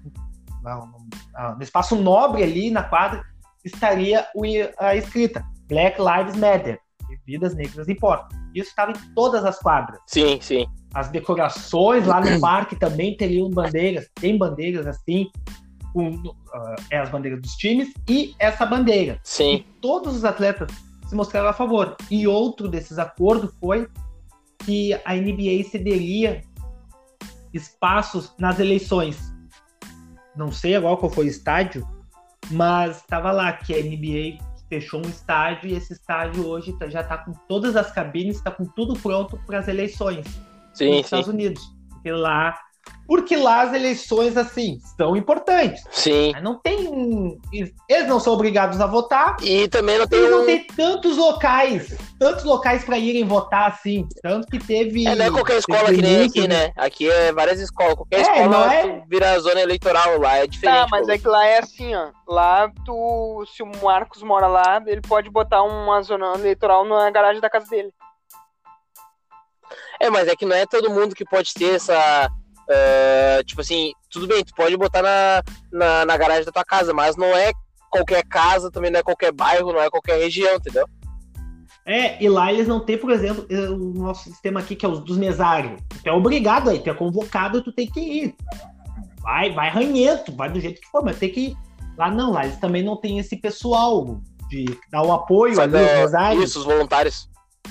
no espaço nobre ali na quadra, estaria a escrita Black Lives Matter, vidas negras importam. Isso estava em todas as quadras. Sim, sim. As decorações lá no parque também teriam bandeiras, tem bandeiras assim, com uh, é as bandeiras dos times e essa bandeira. Sim. E todos os atletas se mostraram a favor. E outro desses acordos foi que a N B A cederia espaços nas eleições. Não sei agora qual foi o estádio, mas estava lá que a N B A fechou um estádio e esse estádio hoje já está com todas as cabines, está com tudo pronto para as eleições sim, nos sim. Estados Unidos. Porque lá, porque lá as eleições, assim, são importantes. Sim. Mas não tem... Eles não são obrigados a votar. E também não tem... E não um... tem tantos locais, tantos locais para irem votar, assim. Tanto que teve... É, não é qualquer escola que nem aqui, né? Aqui é várias escolas. Qualquer É, escola não é- vira zona eleitoral lá, é diferente. Tá, mas pô. é que lá é assim, ó. Lá, tu, se o Marcos mora lá, ele pode botar uma zona eleitoral na garagem da casa dele. É, mas é que não é todo mundo que pode ter essa... Uh, tipo assim, tudo bem, tu pode botar na, na, na garagem da tua casa, mas não é qualquer casa, também não é qualquer bairro, não é qualquer região, entendeu? É, e lá eles não têm, por exemplo, o nosso sistema aqui, que é os dos mesários. Tu é obrigado aí, tu é convocado, tu tem que ir. Vai, vai ranhento, vai do jeito que for, mas tem que ir. Lá não, lá eles também não têm esse pessoal de dar o apoio Só ali, da- os mesários. Isso, os voluntários.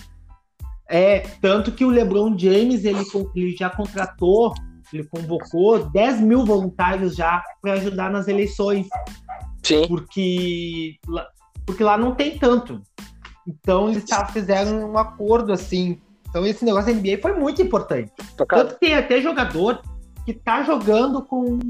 É, tanto que o LeBron James, ele, ele já contratou, ele convocou dez mil voluntários já para ajudar nas eleições, Sim. porque lá, porque lá não tem tanto. Então eles já fizeram um acordo assim. Então esse negócio da N B A foi muito importante. Tanto que tem até jogador que tá jogando com,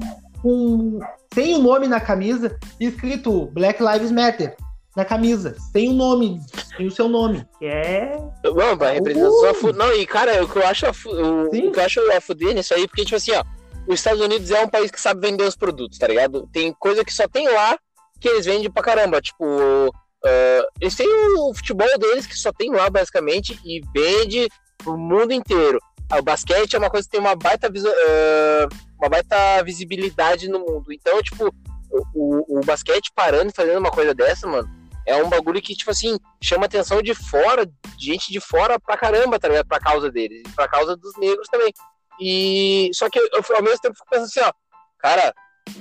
com sem o nome na camisa, escrito Black Lives Matter na camisa, sem o nome, sem o seu nome. Que é. Mano, vai representar Uh! só fu... Não, e cara, o que eu acho a fu... o... Sim. o que eu acho a fuder nisso aí, porque, tipo assim, ó, os Estados Unidos é um país que sabe vender os produtos, tá ligado? Tem coisa que só tem lá que eles vendem pra caramba. Tipo, uh, eles têm o futebol deles que só tem lá, basicamente, e vende pro mundo inteiro. O basquete é uma coisa que tem uma baita, visu... uh, uma baita visibilidade no mundo. Então, tipo, o, o basquete parando e fazendo uma coisa dessa, mano, é um bagulho que, tipo assim, chama atenção de fora, gente de fora pra caramba, tá ligado? Pra causa deles, e pra causa dos negros também. E só que eu, ao mesmo tempo, fico pensando assim, ó, cara,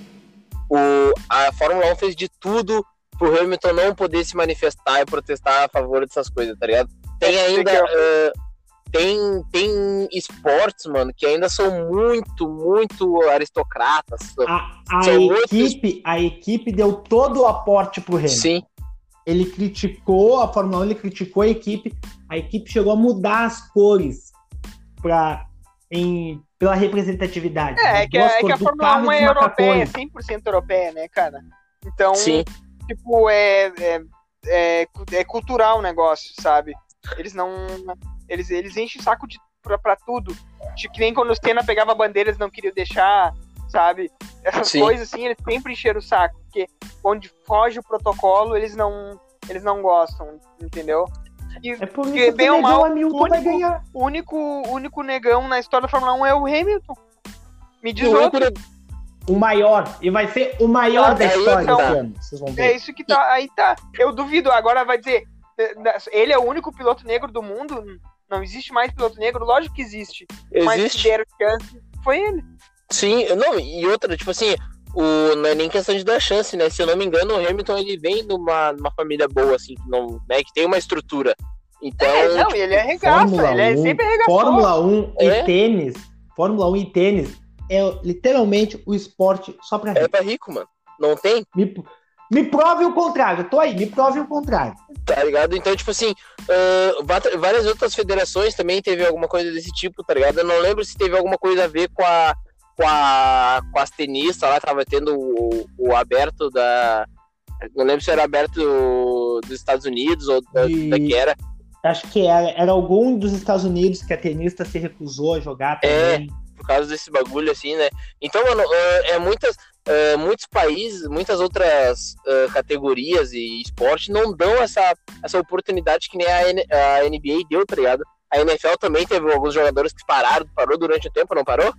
o, a Fórmula um fez de tudo pro Hamilton não poder se manifestar e protestar a favor dessas coisas, tá ligado? Tem ainda... Uh, tem, tem esportes, mano, que ainda são muito, muito aristocratas. A, a, São equipe, muitos... a equipe deu todo o aporte pro Hamilton. Sim. Ele criticou a Fórmula um, ele criticou a equipe. A equipe chegou a mudar as cores pra, em, pela representatividade. É, é que, é que a Fórmula um é europeia, cem por cento europeia, né, cara? Então, sim, tipo, é, é, é, é cultural o negócio, sabe? Eles não... Eles, eles enchem o saco de, pra, pra tudo. Tipo, que nem quando o Senna pegava a bandeira, eles não queriam deixar, sabe? Essas sim. coisas assim, eles sempre encheram o saco. Porque onde foge o protocolo, eles não, eles não gostam, entendeu? E, É por porque, isso que bem o ou mal, Hamilton o vai único, ganhar. o único, o único negão na história da Fórmula um é o Hamilton. Me diz o outro. único... O maior. E vai ser o maior Ah, da aí história então. esse ano. Vocês vão ver. É isso que tá. Aí tá. Eu duvido. Agora vai dizer. Ele é o único piloto negro do mundo? Não existe mais piloto negro? Lógico que existe. Mas Existe. se deram chance, foi ele. Sim, não, e outra, tipo assim, o, não é nem questão de dar chance, né? Se eu não me engano, o Hamilton, ele vem de uma, uma família boa, assim, que, não, né, que tem uma estrutura. Então, É, não, tipo, ele arregaça, Fórmula ele é um, sempre arregaçou. Fórmula um É? e tênis. Fórmula um e tênis é literalmente o esporte só pra é rico. pra rico, mano. Não tem, Me, me prove o contrário. Eu tô aí, me prove o contrário. tá ligado? Então, tipo assim, uh, va- várias outras federações também teve alguma coisa desse tipo, tá ligado? Eu não lembro se teve alguma coisa a ver com a, com, a, com as tenistas lá, tava tendo o, o aberto da... Não lembro se era aberto dos Estados Unidos ou da, De... da que era. Acho que era, era algum dos Estados Unidos que a tenista se recusou a jogar também. É, por causa desse bagulho assim, né? Então, mano, é, é muitas, é, muitos países, muitas outras é, categorias e esporte não dão essa, essa oportunidade que nem a, N, a N B A deu, tá ligado? A N F L também teve alguns jogadores que pararam, parou durante o tempo, não parou?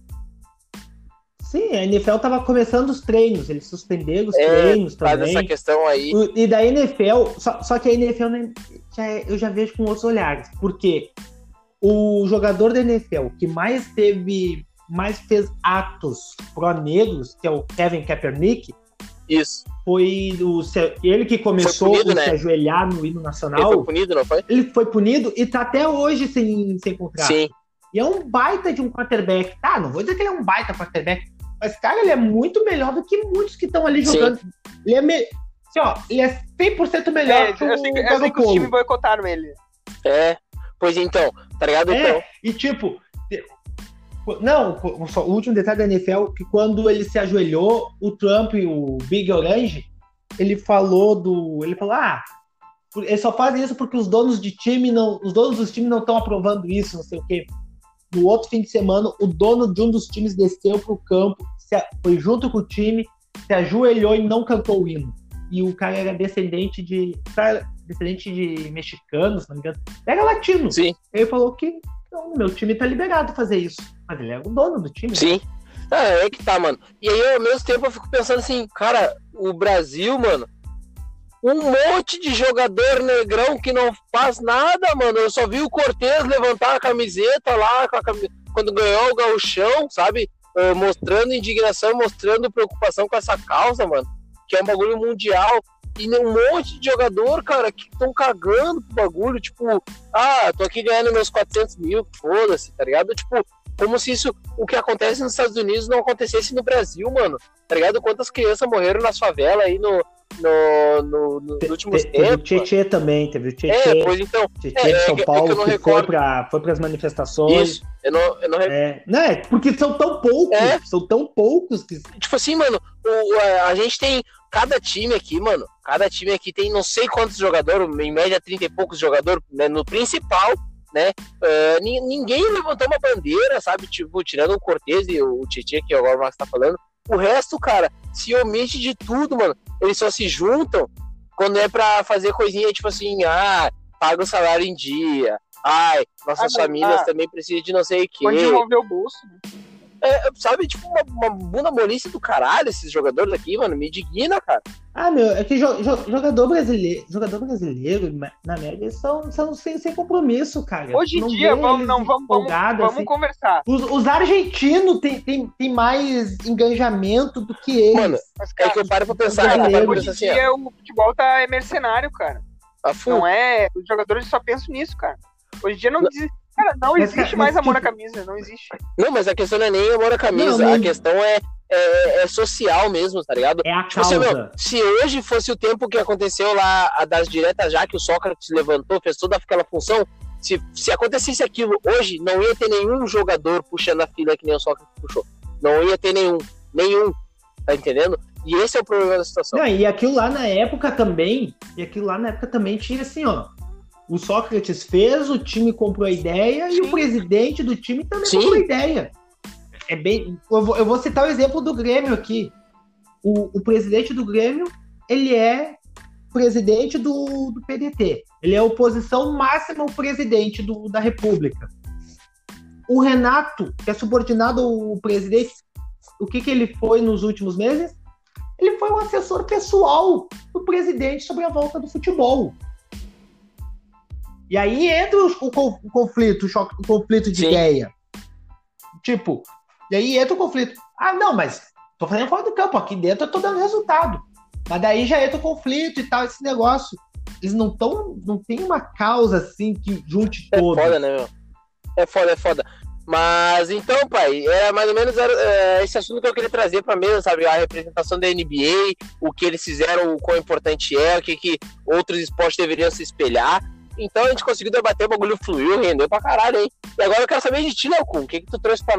Sim, a N F L tava começando os treinos, eles suspenderam os é, treinos faz também. essa questão aí. O, e da N F L, só, só que a N F L né, já, eu já vejo com outros olhares, porque o jogador da N F L que mais teve, mais fez atos pró-negros, que é o Kevin Kaepernick, isso. Foi o, ele que começou punido, a né? se ajoelhar no hino nacional. Ele foi punido, não foi? Ele foi punido e tá até hoje sem, sem contrato. Sim. E é um baita de um quarterback. Tá, não vou dizer que ele é um baita quarterback, mas, cara, ele é muito melhor do que muitos que estão ali jogando. Sim. Ele é, me... assim, ó, ele é cem por cento melhor é, que eu o sei, eu sei que os times boicotaram ele. É, pois então, tá ligado? É, então. E tipo... Não, o último detalhe da N F L, que quando ele se ajoelhou, o Trump e o Big Orange, ele falou do... Ele falou, ah, eles só fazem isso porque os donos de time não... Os donos dos times não estão aprovando isso, não sei o quê. No outro fim de semana, o dono de um dos times desceu pro campo, se, foi junto com o time, se ajoelhou e não cantou o hino. E o cara era descendente de... Cara, descendente de mexicanos, se não me engano. Era latino. Sim. Ele falou que não, meu time tá liberado a fazer isso. Mas ele é o dono do time. Sim. Né? É, é que tá, mano. E aí, ao mesmo tempo, eu fico pensando assim, cara, o Brasil, mano, um monte de jogador negrão que não faz nada, mano. Eu só vi o Cortez levantar a camiseta lá, com a cam... quando ganhou o Gauchão, sabe? Uh, mostrando indignação, mostrando preocupação com essa causa, mano. Que é um bagulho mundial. E um monte de jogador, cara, que estão cagando pro bagulho, tipo, ah, tô aqui ganhando meus quatrocentos mil, foda-se, tá ligado? Tipo, como se isso, o que acontece nos Estados Unidos não acontecesse no Brasil, mano, tá ligado? Quantas crianças morreram nas favelas aí no, no, no, no nos últimos Te, tempos. Teve o Tietê também, teve o Tietê. É, pois então. Tietê é, de São é, Paulo, é que, que recordo... foi, pra, foi pras manifestações. Isso, eu não, eu não recordo. É, não, é porque são tão poucos, é. são tão poucos que... Tipo assim, mano, o, a, a gente tem cada time aqui, mano, cada time aqui tem não sei quantos jogadores, em média trinta e poucos jogadores, né, no principal, né, uh, ninguém levantou uma bandeira, sabe, tipo, tirando o Cortez e o Tietê, que agora o Max tá falando, o resto, cara, se omite de tudo, mano, eles só se juntam quando é pra fazer coisinha, tipo assim, ah, paga o salário em dia, ai, nossas ah, famílias ah, também precisam de não sei o que. Pode envolver o bolso, né? É, sabe, tipo, uma, uma bunda molice do caralho, esses jogadores aqui, mano, me indigna, cara. Ah, meu, é que jo, jo, jogador brasileiro, jogador brasileiro, na média, eles são, são sem, sem compromisso, cara. Hoje em dia, vamos, não, vamos, vamos, vamos assim. conversar. Os, os argentinos têm tem, tem mais engajamento do que eles. Mano, mas, cara, é que eu paro pra pensar, eu cara, hoje em assim, dia ó. O futebol tá é mercenário, cara. A não é, os jogadores só pensam nisso, cara. Hoje em dia não, não. Cara, não mas, existe mas, mais amor à camisa, não existe. Não, mas a questão não é nem amor à camisa, não, não... a questão é, é, é social mesmo, tá ligado? É a tipo, causa. Assim, meu, se hoje fosse o tempo que aconteceu lá, a das diretas já, que o Sócrates levantou, fez toda aquela função, se, se acontecesse aquilo hoje, não ia ter nenhum jogador puxando a fila que nem o Sócrates puxou. Não ia ter nenhum, nenhum, tá entendendo? E esse é o problema da situação. Não, e aquilo lá na época também, e aquilo lá na época também tinha assim, ó, o Sócrates fez, o time comprou a ideia Sim. e o presidente do time também Sim. comprou a ideia. É bem, eu, vou, eu vou citar o exemplo do Grêmio aqui. O, o presidente do Grêmio, ele é presidente do, do P D T. Ele é a oposição máxima ao presidente do, da República. O Renato, que é subordinado ao presidente, o que, que ele foi nos últimos meses? Ele foi um assessor pessoal do presidente sobre a volta do futebol. E aí entra o, o, o conflito, o, choque, o conflito de Sim. ideia. Tipo, e aí entra o conflito. Ah, não, mas tô fazendo fora do campo, aqui dentro eu tô dando resultado. Mas daí já entra o conflito e tal, esse negócio. Eles não tão, não tem uma causa assim que junte todos. É foda, né, meu? É foda, é foda. Mas então, pai, é mais ou menos é, esse assunto que eu queria trazer pra mesa, sabe? A representação da N B A, o que eles fizeram, o quão importante é, o que, que outros esportes deveriam se espelhar. Então a gente conseguiu debater, o bagulho fluiu, rendeu pra caralho, hein? E agora eu quero saber de ti, Leocum, o que que tu trouxe pra nós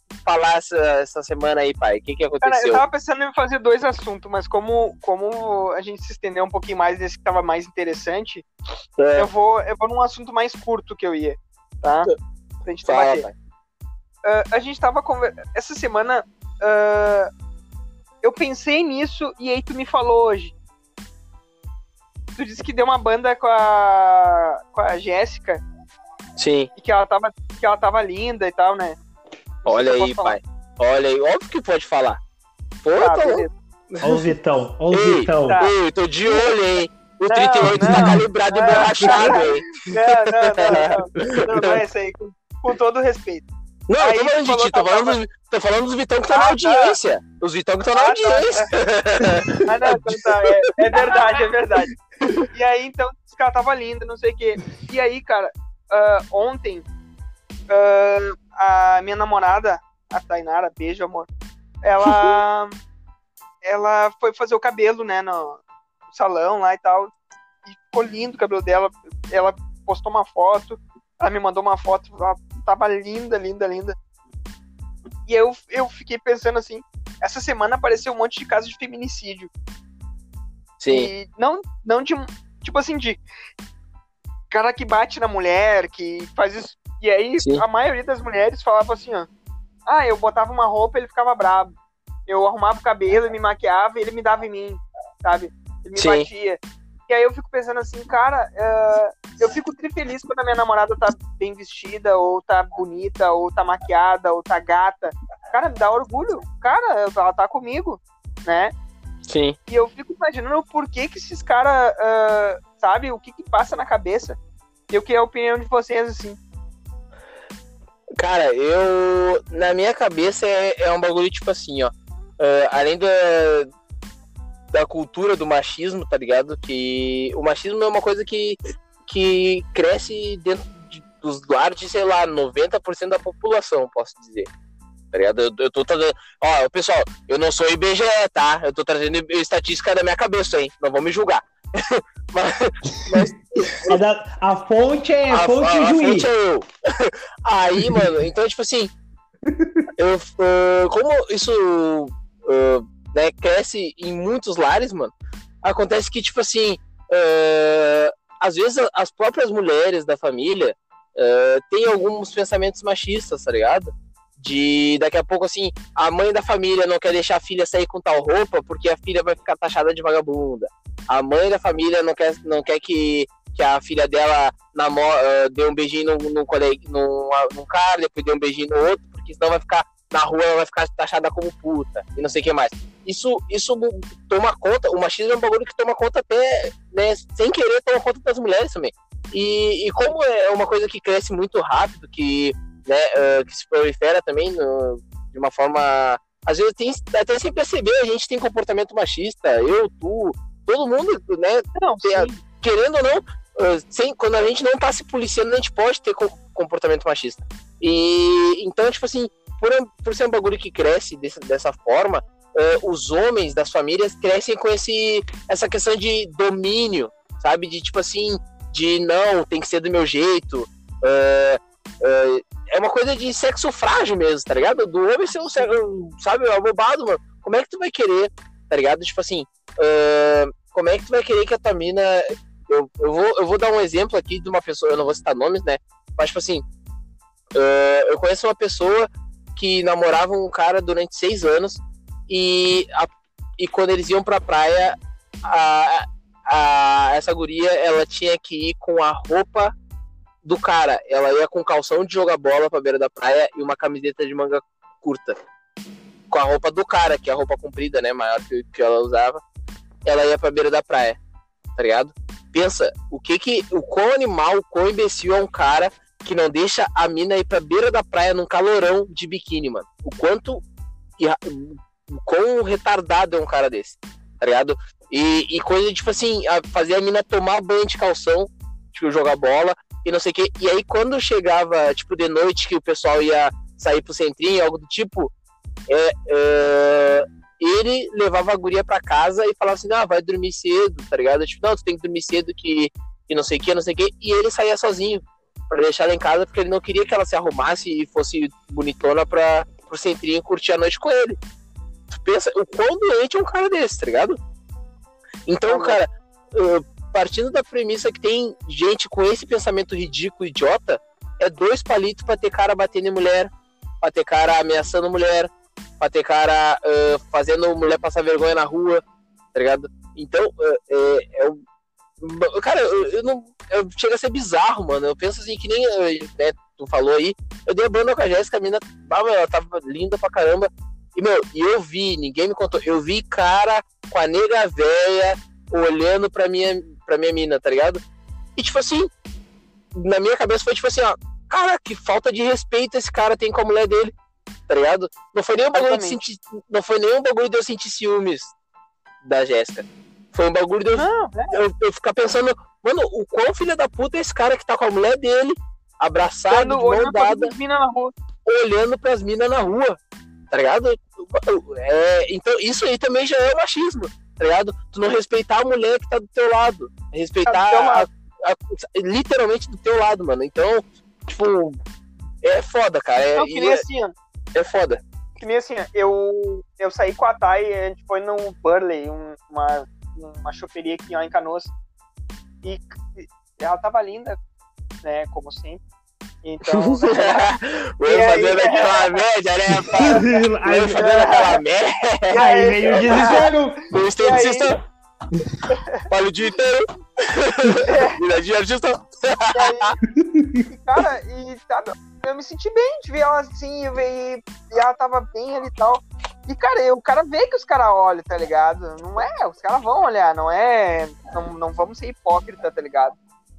falar essa, essa semana aí, pai? O que que aconteceu? Cara, eu tava pensando em fazer dois assuntos, mas como, como a gente se estendeu um pouquinho mais nesse que tava mais interessante, É. eu, vou, eu vou num assunto mais curto que eu ia, tá? Pra gente Fala, debater. pai. Uh, a gente tava conversando. Essa semana uh, eu pensei nisso e aí tu me falou hoje. Tu disse que deu uma banda com a, com a Jéssica Sim. e que ela, tava, que ela tava linda e tal, né? Não sei Olha se eu aí, posso falar. pai. Olha aí, óbvio que pode falar. Pô, Tá, tá beleza. Olha o Vitão, olha o Ei, Vitão. tá. Ei, tô de olho, hein? O Não, trinta e oito não, tá calibrado não. e borrachado, hein? Não, não, não, não, não, não é isso aí, com, com todo respeito. Não, Aí eu tô falando tu de ti, falou tô que falando, tava- dos, tô falando dos Vitão que estão Ah, na tá. audiência. Os Vitão que estão na Ah, tá. audiência. Ah, não, então tá, é, é verdade, é verdade. E aí, então, esse cara tava lindo, não sei o quê. E aí, cara, ah, ontem, ah, a minha namorada, a Tainara, beijo, amor, ela, ela foi fazer o cabelo, né, no salão lá e tal, e ficou lindo o cabelo dela. Ela postou uma foto, ela me mandou uma foto, ela tava linda, linda, linda. E eu, eu fiquei pensando assim, essa semana apareceu um monte de casos de feminicídio. Sim, E não, não de, tipo assim, de cara que bate na mulher, que faz isso. E aí, Sim. a maioria das mulheres falava assim, ó, ah, eu botava uma roupa e ele ficava bravo. Eu arrumava o cabelo, me maquiava e ele me dava em mim, sabe? Ele me Sim. batia. E aí eu fico pensando assim, cara, uh, eu fico tri feliz quando a minha namorada tá bem vestida, ou tá bonita, ou tá maquiada, ou tá gata. Cara, me dá orgulho. Cara, ela tá comigo, né? sim. E eu fico imaginando por que que esses caras, uh, sabe, o que que passa na cabeça. Eu queria a opinião de vocês, assim. Cara, eu... Na minha cabeça é, é um bagulho tipo assim, ó. Uh, além da, da cultura do machismo, tá ligado? Que o machismo é uma coisa que, que cresce dentro de, dos lares de, sei lá, noventa por cento da população, posso dizer. Tá ligado? Eu, eu tô trazendo... Ó, pessoal, eu não sou I B G E, tá? Eu tô trazendo estatística da minha cabeça, hein? Não vão me julgar. mas... mas... É da- a fonte é A, fonte a, a juiz. fonte é eu. Aí, mano, então, tipo assim, eu, uh, como isso uh, né, cresce em muitos lares, mano, acontece que, tipo assim, uh, às vezes as próprias mulheres da família uh, têm alguns pensamentos machistas, tá ligado? De daqui a pouco, assim, a mãe da família não quer deixar a filha sair com tal roupa porque a filha vai ficar taxada de vagabunda. A mãe da família não quer, não quer que que a filha dela namora, uh, dê um beijinho num, num, num, num cara, depois dê um beijinho no outro, porque senão vai ficar, na rua ela vai ficar taxada como puta, e não sei o que mais. Isso, isso toma conta, o machismo é um bagulho que toma conta até, né, sem querer, toma conta das mulheres também. E, e como é uma coisa que cresce muito rápido, que, né, uh, que se prolifera também no, de uma forma... Às vezes, tem, até sem perceber, a gente tem comportamento machista, eu, tu, todo mundo, né, Não, tem a- sim. querendo ou não, uh, sem, quando a gente não tá se policiando, a gente pode ter co- comportamento machista. E então, tipo assim, por, por ser um bagulho que cresce desse, dessa forma, uh, os homens das famílias crescem com esse, essa questão de domínio, sabe? De tipo assim, de não, tem que ser do meu jeito. Uh, uh, é uma coisa de sexo frágil mesmo, tá ligado? Do homem ser um sexo, sabe, abobado, mano. Como é que tu vai querer, tá ligado? Tipo assim, uh, como é que tu vai querer que a tua mina... Eu, eu, vou, eu vou dar um exemplo aqui de uma pessoa, eu não vou citar nomes, né? Mas, tipo assim, uh, eu conheço uma pessoa que namorava um cara durante seis anos e, a, e quando eles iam pra praia, a, a, essa guria, ela tinha que ir com a roupa do cara. Ela ia com calção de jogar bola pra beira da praia e uma camiseta de manga curta. Com a roupa do cara, que é a roupa comprida, né? Maior que, que ela usava. Ela ia pra beira da praia, tá ligado? Pensa, o que que, o quão animal, o quão imbecil é um cara que não deixa a mina ir pra beira da praia num calorão de biquíni, mano. O quanto, o quão retardado é um cara desse, tá ligado? E, e coisa, tipo assim, a fazer a mina tomar banho de calção, tipo, jogar bola e não sei o que. E aí quando chegava, tipo, de noite que o pessoal ia sair pro centrinho, algo do tipo, é... é... ele levava a guria pra casa e falava assim, ah, vai dormir cedo, tá ligado? Tipo, não, tu tem que dormir cedo que, que não sei o que, não sei o que. E ele saía sozinho pra deixar ela em casa, porque ele não queria que ela se arrumasse e fosse bonitona pra, pro centrinho curtir a noite com ele. Tu pensa, o quão doente é um cara desse, tá ligado? Então, cara, uh, partindo da premissa que tem gente com esse pensamento ridículo, idiota, é dois palitos pra ter cara batendo em mulher, pra ter cara ameaçando mulher, pra ter cara uh, fazendo mulher passar vergonha na rua, tá ligado? Então, uh, é, é um... Cara, eu, eu não... Eu, chega a ser bizarro, mano. Eu penso assim, que nem né, tu falou aí, eu dei a banda com a Jéssica, a mina, ah, meu, ela tava linda pra caramba. E, meu, eu vi, ninguém me contou, eu vi cara com a nega véia olhando pra minha, pra minha mina, tá ligado? E, tipo assim, na minha cabeça foi tipo assim, ó, cara, que falta de respeito esse cara tem com a mulher dele, tá ligado? Não foi nem um bagulho de sentir, não foi nem um bagulho de eu sentir ciúmes da Jéssica. Foi um bagulho de eu, não, é. eu, eu ficar pensando, mano, o quão filho da puta é esse cara que tá com a mulher dele, abraçado, de mão dada, olhando pras minas na rua, tá ligado? É, então, isso aí também já é machismo, tá ligado? Tu não respeitar a mulher que tá do teu lado, respeitar a, a, a, literalmente do teu lado, mano. Então, tipo, é foda, cara. É, não, que nem é, assim, ó. É foda. Que nem assim, ó, eu, eu saí com a Thay e a gente foi num Burley, um, uma, uma choperia aqui ó, em Canoas. E ela tava linda, né, como sempre. Então... Vou fazendo aquela média, né, pai? Vou fazendo aquela média. E aí veio o desespero. O esteticista. Olha o dia inteiro. Viradinha artista. Cara, e sabe, eu me senti bem de ver ela assim, e, ver, e ela tava bem ali e tal. E, cara, eu, o cara vê que os caras olham, tá ligado? Não é, os caras vão olhar, não é... Não, não vamos ser hipócritas, tá ligado?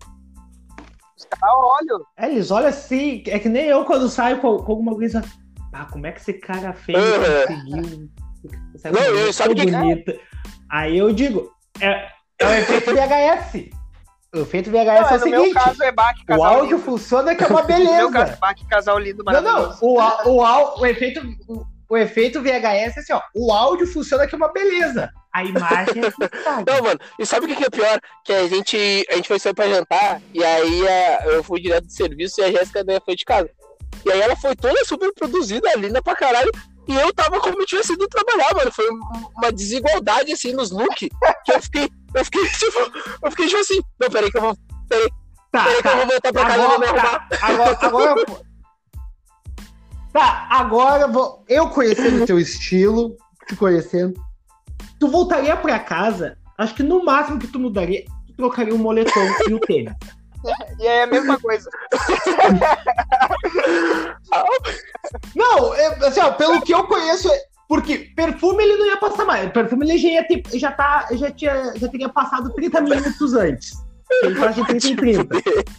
Os caras olham. É, eles olham assim, é que nem eu quando saio com, com alguma coisa... Ah, como é que esse cara fez conseguiu... Essa não, eu sabe que bonita. É? Aí eu digo, é, é o efeito V H S. O efeito V H S não, é o seguinte, meu caso é baque, o áudio lindo. Funciona que é uma beleza. No meu caso, baque, casal lindo, maravilhoso. Não, não, o, o, o, efeito, o, o efeito V H S é assim, ó, o áudio funciona que é uma beleza. A imagem é fixada. Não, mano, e sabe o que é pior? Que a gente, a gente foi sair pra jantar, e aí a, eu fui direto do serviço e a Jéssica né, foi de casa. E aí ela foi toda super produzida, linda pra caralho. E eu tava como eu tivesse ido trabalhar, mano. Foi uma desigualdade, assim, nos looks. Que eu fiquei, eu fiquei, tipo, eu fiquei, tipo assim, não, peraí que eu vou, peraí, tá, peraí tá, que eu vou voltar pra casa e vou me arrumar. Tá, agora, agora, tá, agora eu vou, eu conhecendo o teu estilo, te conhecendo, tu voltaria pra casa, acho que no máximo que tu mudaria, tu trocaria o moletom e o tênis. E aí é a mesma coisa. Não, é, assim, ó, pelo que eu conheço, porque perfume ele não ia passar mais. Perfume ele já ia ter, já tá, já tinha, já teria passado trinta minutos antes. Ele faz de trinta em trinta.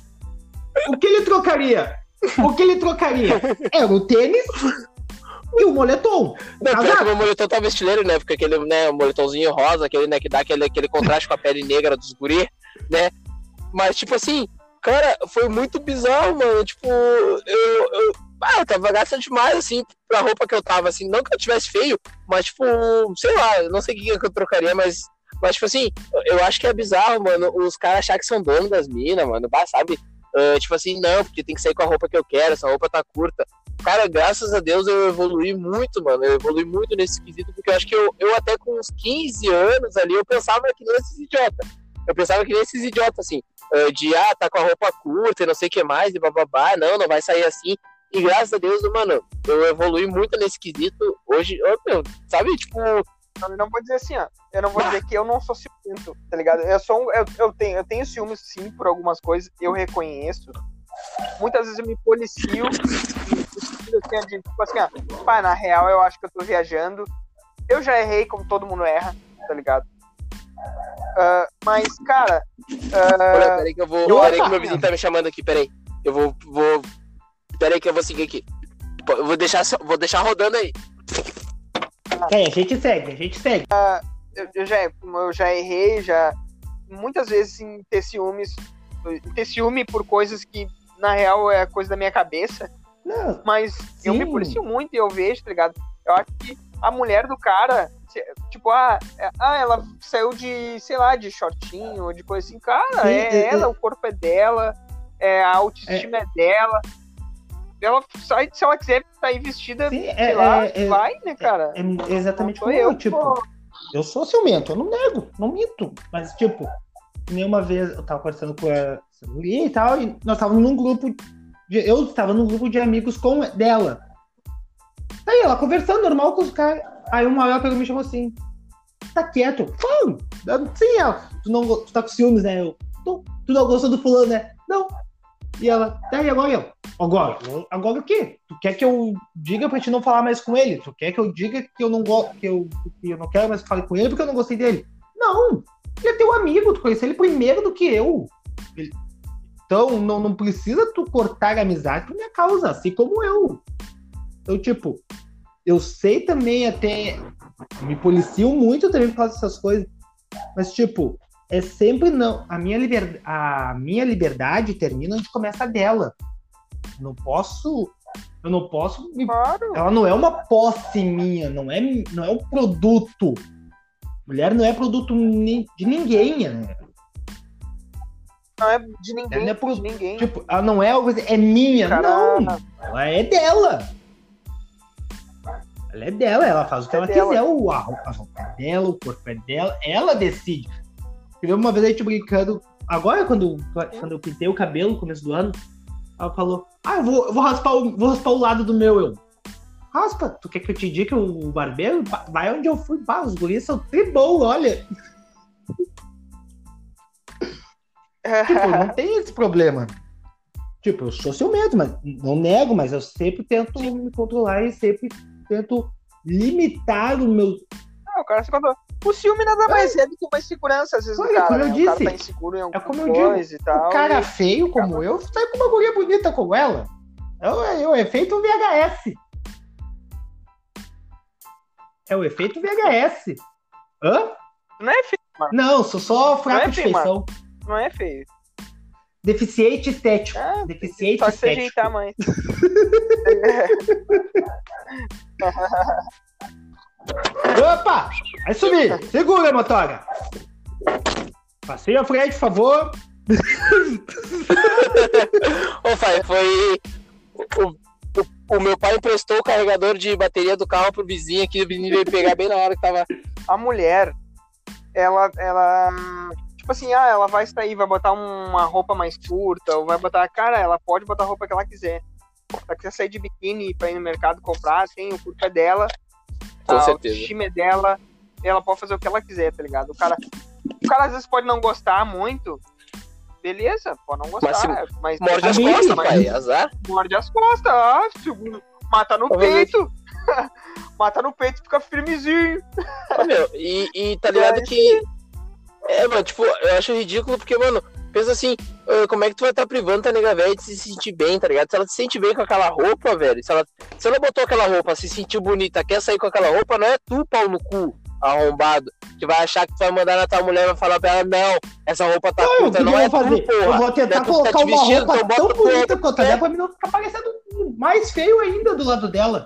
O que ele trocaria? O que ele trocaria? Era o tênis e o moletom. Não, pior que o meu moletom tava estileiro, né? Porque aquele, né, o moletomzinho rosa, aquele, né, que dá aquele, aquele contraste com a pele negra dos guri, né? Mas, tipo assim, cara, foi muito bizarro, mano. Tipo, eu, eu, ah, eu tava gastando demais, assim, pra roupa que eu tava, assim. Não que eu tivesse feio, mas, tipo, sei lá, eu não sei o que eu trocaria, mas, mas tipo assim, eu acho que é bizarro, mano, os caras acharem que são donos das minas, mano, bah, sabe? Uh, tipo assim, não, porque tem que sair com a roupa que eu quero, essa roupa tá curta. Cara, graças a Deus eu evolui muito, mano. Eu evolui muito nesse quesito, porque eu acho que eu, eu até com uns quinze anos ali, eu pensava que nem esses idiotas. Eu pensava que nem esses idiotas, assim, de, ah, tá com a roupa curta e não sei o que mais, e bababá, não, não vai sair assim. E graças a Deus, mano, eu evolui muito nesse quesito. Hoje, oh, meu, sabe, tipo... Eu não vou dizer assim, ó, eu não vou dizer que eu não sou ciumento, tá ligado? Eu, sou um, eu, eu, tenho, eu tenho ciúmes, sim, por algumas coisas, eu reconheço. Muitas vezes eu me policio, e eu tenho de, tipo assim, ó, pai, na real, eu acho que eu tô viajando. Eu já errei como todo mundo erra, tá ligado? Uh, mas, cara... Uh, Olha, peraí que eu vou... Eu, peraí que meu vizinho tá me chamando aqui, peraí. Eu vou... vou peraí que eu vou seguir aqui. Eu vou deixar, vou deixar rodando aí. É, a gente segue, a gente segue. Uh, eu, eu, já, eu já errei, já... Muitas vezes em ter ciúmes... Em ter ciúme por coisas que, na real, é coisa da minha cabeça. Não, mas sim. Eu me policio muito e eu vejo, tá ligado? Eu acho que a mulher do cara... Tipo, ah, ah, ela saiu de, sei lá, de shortinho, de coisa assim. Cara, sim, é, é ela, é... o corpo é dela, é, a autoestima é, é dela. ela sai, se ela quiser sair vestida, Sim, sei é, lá, é, é, vai, né, cara? É, é exatamente Não como sou eu, eu, tipo, pô. eu sou ciumento, eu não nego, não minto. Mas, tipo, nenhuma vez eu tava conversando com a guria e tal, e nós estávamos num grupo, de, eu estava num grupo de amigos com dela. Aí ela conversando normal com os caras, aí uma hora ela pegou e me chamou assim, tá quieto? Fala! Sim, ela, tu, não, tu tá com ciúmes, né? Eu, tu, tu não gostou do fulano, né? Não. E ela, tá aí, agora eu. Agora, agora o quê? Tu quer que eu diga pra te não falar mais com ele? Tu quer que eu diga que eu não gosto, que eu, que eu não quero mais falar com ele porque eu não gostei dele? Não! Ele é teu amigo, tu conheceu ele primeiro do que eu. Ele... Então, não, não precisa tu cortar a amizade por minha causa, assim como eu. Então, tipo, eu sei também até... Me policio muito também por causa dessas coisas. Mas, tipo... É sempre não. A minha, liber... a minha liberdade termina onde começa a dela. Não posso. Eu não posso. Me... Claro. Ela não é uma posse minha, não é, não é um produto. Mulher não é produto ni... de ninguém, né? Não é de ninguém. Ela não é pro... de ninguém. Tipo, ela não é uma coisa. É minha. Cara... Não. Ela é dela. Ela é dela, ela faz o que é ela dela. quiser. O... A roupa é dela, o corpo é dela, ela decide. Uma vez a gente brincando, agora quando, quando eu pintei o cabelo no começo do ano, ela falou, ah, eu vou, eu vou, raspar, o, vou raspar o lado do meu, eu. Raspa, tu quer que eu te diga que o barbeiro, vai onde eu fui, pá, os guris são tribom, olha. Tipo, não tem esse problema. Tipo, eu sou ciumento, mas não nego, mas eu sempre tento me controlar e sempre tento limitar o meu... Não, o cara se controla. O ciúme nada mais é do que uma insegurança, às vezes, Olha, do cara, como eu né? disse, o cara tá inseguro em alguma é como eu coisa digo, e tal. o cara e... feio como eu sai com uma guria bonita como ela. É o, é o efeito V H S. É o efeito V H S. Hã? Não é feio, mano. Não, sou só fraco Não é de feio, feição. Não é feio. Deficiente estético. É, Deficiente só se estético. ajeitar mais. Opa! Vai subir! Segura, motora! Passei à frente, por favor. Ô, Fai, foi... O, o, o meu pai emprestou o carregador de bateria do carro pro vizinho aqui, o vizinho veio pegar bem na hora que tava... A mulher, ela, ela... Tipo assim, ah, ela vai sair, vai botar uma roupa mais curta, ou vai botar... Cara, ela pode botar a roupa que ela quiser. Se ela quiser sair de biquíni pra ir no mercado comprar, tem o corpo é dela. Com a certeza. autoestima é dela, ela pode fazer o que ela quiser, tá ligado? O cara, o cara às vezes pode não gostar muito, beleza, pode não gostar, Mas mas, Morde as Amigo, costas, mas- pai, azar. morde as costas, ah, segundo, mata no Ô, meu peito, mata no peito e fica firmezinho. Ô, meu, e, e tá ligado É, que... É, mano, tipo, eu acho ridículo porque, mano, pensa assim, ah, como é que tu vai estar privando a nega velha de se sentir bem, tá ligado? Se ela se sente bem com aquela roupa, velho, se ela, se ela botou aquela roupa, se sentiu bonita, quer sair com aquela roupa, não é tu, pau no cu, arrombado, que vai achar que tu vai mandar na tua mulher e vai falar pra ela, não, essa roupa tá Não, o curta, que não eu é vou fazer? tu, porra. Eu vou tentar Não é tu que tá colocar te uma vestindo, roupa então bota tão tu bonita outro, quanto a né? dela pra mim não ficar parecendo mais feio ainda do lado dela.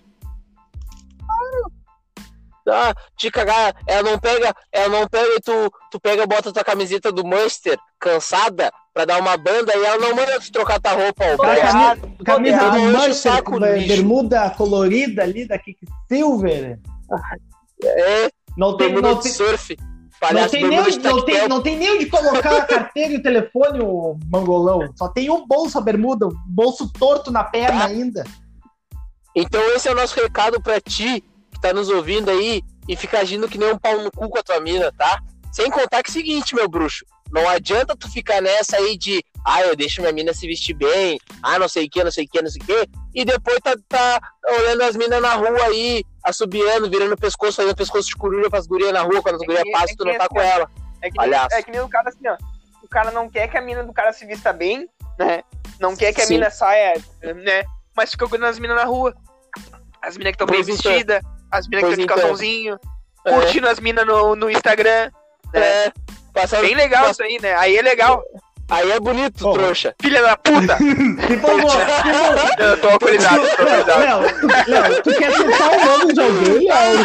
Ah, te cagar, ela não pega, ela não pega e tu, tu pega, bota tua camiseta do Munster, cansada, pra dar uma banda e ela não manda tu trocar tua roupa, ó. Aquela errado, camisa, camisa errado, do enche o Manchester, saco, be- bicho. bermuda colorida ali da Kicksilver. É, Não tem, bermuda não de tem, surf, não palhaço tem, bermuda nem, de não, tem, tactel. não tem nem onde colocar a carteira e o telefone, o mangolão. Só tem um bolso a bermuda, um bolso torto na perna Tá. ainda. Então esse é o nosso recado pra ti, que tá nos ouvindo aí, e fica agindo que nem um pau no cu com a tua mina, tá? Sem contar que é o seguinte, meu bruxo, não adianta tu ficar nessa aí de, ah, eu deixo minha mina se vestir bem, ah, não sei o que, não sei o que, não sei o que, e depois tá, tá olhando as minas na rua aí, assobiando, virando o pescoço, fazendo pescoço de coruja pras gurias na rua, quando as É gurias que- passam, é tu que não tá assim, com ela. É que, nem, Palhaço. é que nem o cara assim, ó. O cara não quer que a mina do cara se vista bem, né? Não quer que a Sim. mina saia, né? Mas fica cuidando das minas na rua. As minas que estão bem Pois então. vestidas, as minas que Pois estão de então. calçãozinho, É, curtindo as minas no, no Instagram. Né? é, passando, Bem legal isso aí, né? Aí é legal. aí é bonito, Ô. trouxa. Filha da puta! Se empolgou, se empolgou. Eu tô autorizado, tô autorizado. Léo, tu, Léo, tu quer citar o nome de alguém, Léo?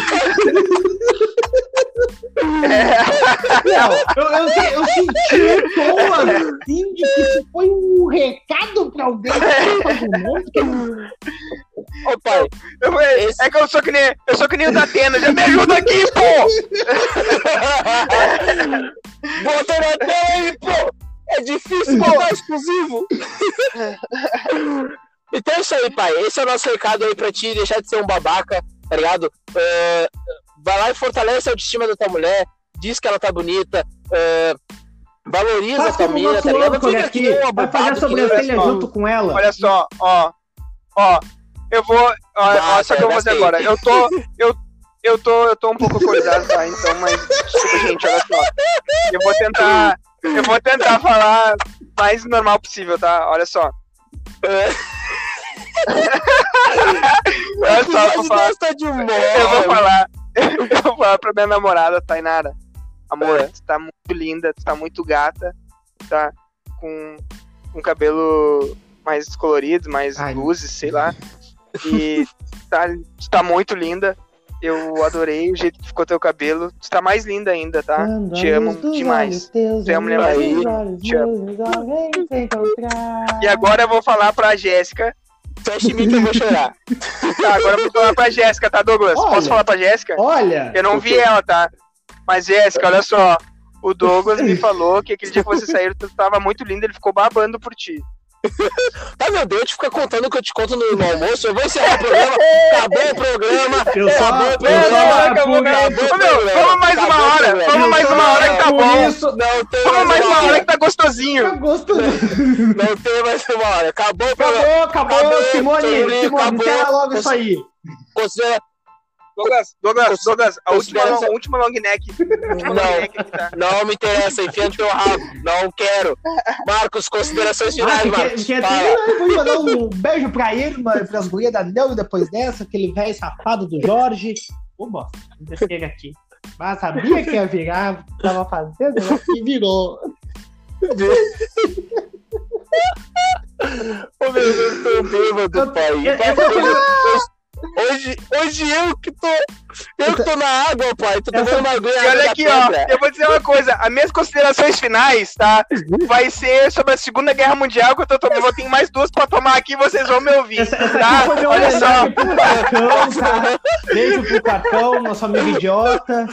Léo, eu, eu, eu senti um tom assim de que isso foi um recado pra alguém. Ô, pai, Eu- esse- É que eu sou que nem, eu sou que nem o da Atena, já me ajuda aqui, pô! bota na tela aí, pô! É difícil botar exclusivo! Então é isso aí, pai. Esse é o nosso recado aí pra ti, deixar de ser um babaca, tá ligado? É, vai lá e fortalece a autoestima da tua mulher, diz que ela tá bonita, é, valoriza Faz a tua como o mina, nosso tá ligado? Não âncora fica aqui. que nem um Vai fazer a abobado, que nem sobrancelha um- junto com ela. Olha só, ó, ó, eu vou, ó, Ah, ó, só que eu vou fazer gastei. agora. Eu tô, eu, eu tô, eu tô um pouco alcoolizado, tá? Então, mas desculpa, gente, olha só. Eu vou tentar, eu vou tentar falar mais normal possível, tá? Olha só. Olha só, eu vou falar. Gosta de humor. Eu vou falar, eu vou falar pra minha namorada, Tainara. Amor, É. tu tá muito linda, tu tá muito gata, tá com um cabelo mais colorido, mais Ai. luzes, sei lá. E tá, tu tá muito linda. Eu adorei o jeito que ficou teu cabelo. Tu tá mais linda ainda, tá? Te amo demais. Tu é a mulher mais linda. Te amo. E agora eu vou falar pra Jéssica. Fecha em mim que eu vou chorar. Tá, agora eu vou falar pra Jéssica, tá, Douglas? Olha. Posso falar pra Jéssica? Olha, Eu não vi ela, tá? Mas, Jéssica, olha só. O Douglas me falou que aquele dia que vocês saíram, tu tava muito linda, ele ficou babando por ti. Tá, meu Deus, fica contando o que eu te conto no, no almoço. Eu vou encerrar o programa. Acabou o programa. Eu só- acabou o eu programa. só- acabou, por- acabou o Ô, meu, programa. vamos mais uma Acabou o hora, programa. vamos mais uma hora que tá por bom. isso, Não tem Vamos mais uma hora que tá gostosinho. eu gosto. Não tem mais uma hora. Acabou o programa. Acabou, acabou, Acabou, Simone, Simone, Simone, acabou. encerra logo isso aí. Considera... Douglas, Douglas, Douglas, a última, Considera- a última long neck. A última long Não. neck aqui, tá? Não me interessa, enfia no teu rabo. Não quero. Marcos, considerações Ah, finais, que quer, Marcos. quer Fala. terminar, vou mandar um beijo pra ele, para as gurias da Nel, e depois dessa, aquele velho safado do Jorge. Ô, bosta, besteira aqui. Mas sabia que ia virar, tava fazendo, né? E virou. Ô, meu Deus, tô bêbado, pai. Eu- Pai, essa hoje, hoje, hoje eu que tô. Eu que tô na água, pai. Tô tomando Essa- uma aguinha E olha da aqui, ó, pedra. eu vou dizer uma coisa, as minhas considerações finais, tá? Vai ser sobre a Segunda Guerra Mundial, que eu tô tomando, vou ter mais duas pra tomar aqui, vocês vão me ouvir, Essa, essa tá? aqui foi meu Olha só, homenagem pro Carcão, tá? Beijo pro Carcão, nosso amigo idiota.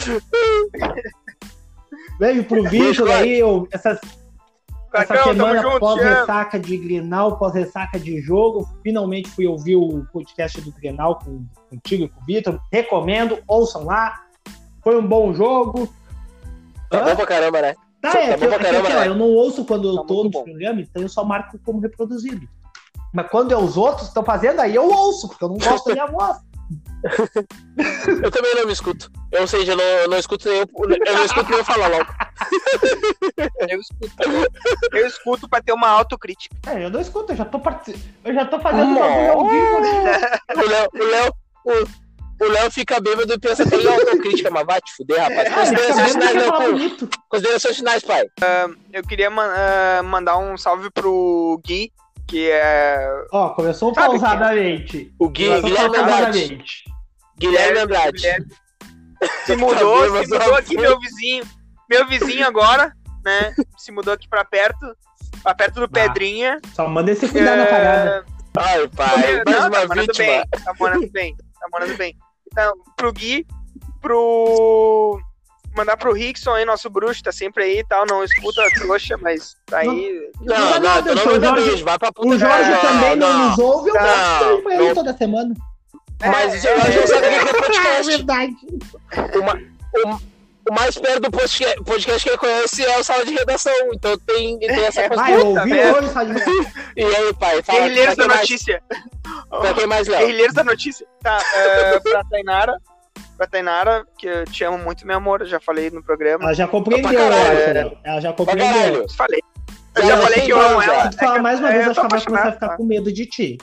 Beijo pro Vitor aí, eu- essas Essa Cacão, tamo semana, junto, te amo. pós-ressaca de Grenal, pós-ressaca de jogo, finalmente fui ouvir o podcast do Grenal com, contigo e com o Vitor. Recomendo, ouçam lá. Foi um bom jogo. Tá Hã? bom pra caramba, né? Tá, Tá é, bom que, pra é que, caramba, assim, ó, né? eu não ouço quando eu Tá tô muito no bom. programa, então eu só marco como reproduzido. Mas quando é os outros estão fazendo, aí eu ouço, porque eu não gosto da minha voz. Eu também não me escuto. Ou seja, eu não, eu não escuto nem eu, eu não escuto nem eu falar logo. Eu escuto, eu escuto pra ter uma autocrítica. É, eu não escuto, eu já tô, partic... eu já tô fazendo Nossa. bagulho ao vivo, né? O Léo, o Léo, o, o Léo fica bêbado e pensa que ele é autocrítica, mas vai te fuder, rapaz. Ah, ele Considerações fica finais, vendo que Léo, fala pô. bonito. Considerações finais, pai. Eu queria ma- ah, mandar um salve pro Gui, que é... Ó, começou Sabe pausadamente. O Gui, Começou Guilherme Andrade. pausadamente. Guilherme Andrade. Guilherme. Se mudou, Tá se bêbado, mudou aqui, foi. meu vizinho. Meu vizinho agora, né? Se mudou aqui pra perto, pra perto do Pedrinha. Só manda esse cuidar na parada. Ai, pai, mais Não, tá uma morando vítima. bem, tá morando bem, tá morando bem. Então, pro Gui, pro... Mandar pro Rickson aí, nosso bruxo, tá sempre aí e tal, não escuta a trouxa, mas tá aí. Não, Não dá não, nada, tu não o manda Jorge- beijo, vai pra puta O Jorge que- também não, não, nos ouve, eu não, mando beijo pra ele não. toda semana. Mas o É, Jorge não sabe o que é É podcast. verdade. O, ma- o- o mais perto do podcast, podcast que ele conhece é o Sala de Redação, então tem, tem essa coisa. Vai, eu Tá ouvi vendo? hoje, sabe? E aí, pai, fala Guerrilheiros pra da quem mais, Notícia. pra quem mais, Léo? Guerrilheiros da Notícia. Tá, é, pra Tainara. Pra Tainara, que eu te amo muito, meu amor. Eu já falei no programa. Ela já compreendeu, Pra caralho. eu acho, né? Ela já Pra compreendeu. caralho. Falei. Eu Já já não falei tem que eu amo mais, ela. já. Se tu falar mais uma É, vez, eu acho que tô ela vai começar a apaixonado, ficar tá? com medo de ti.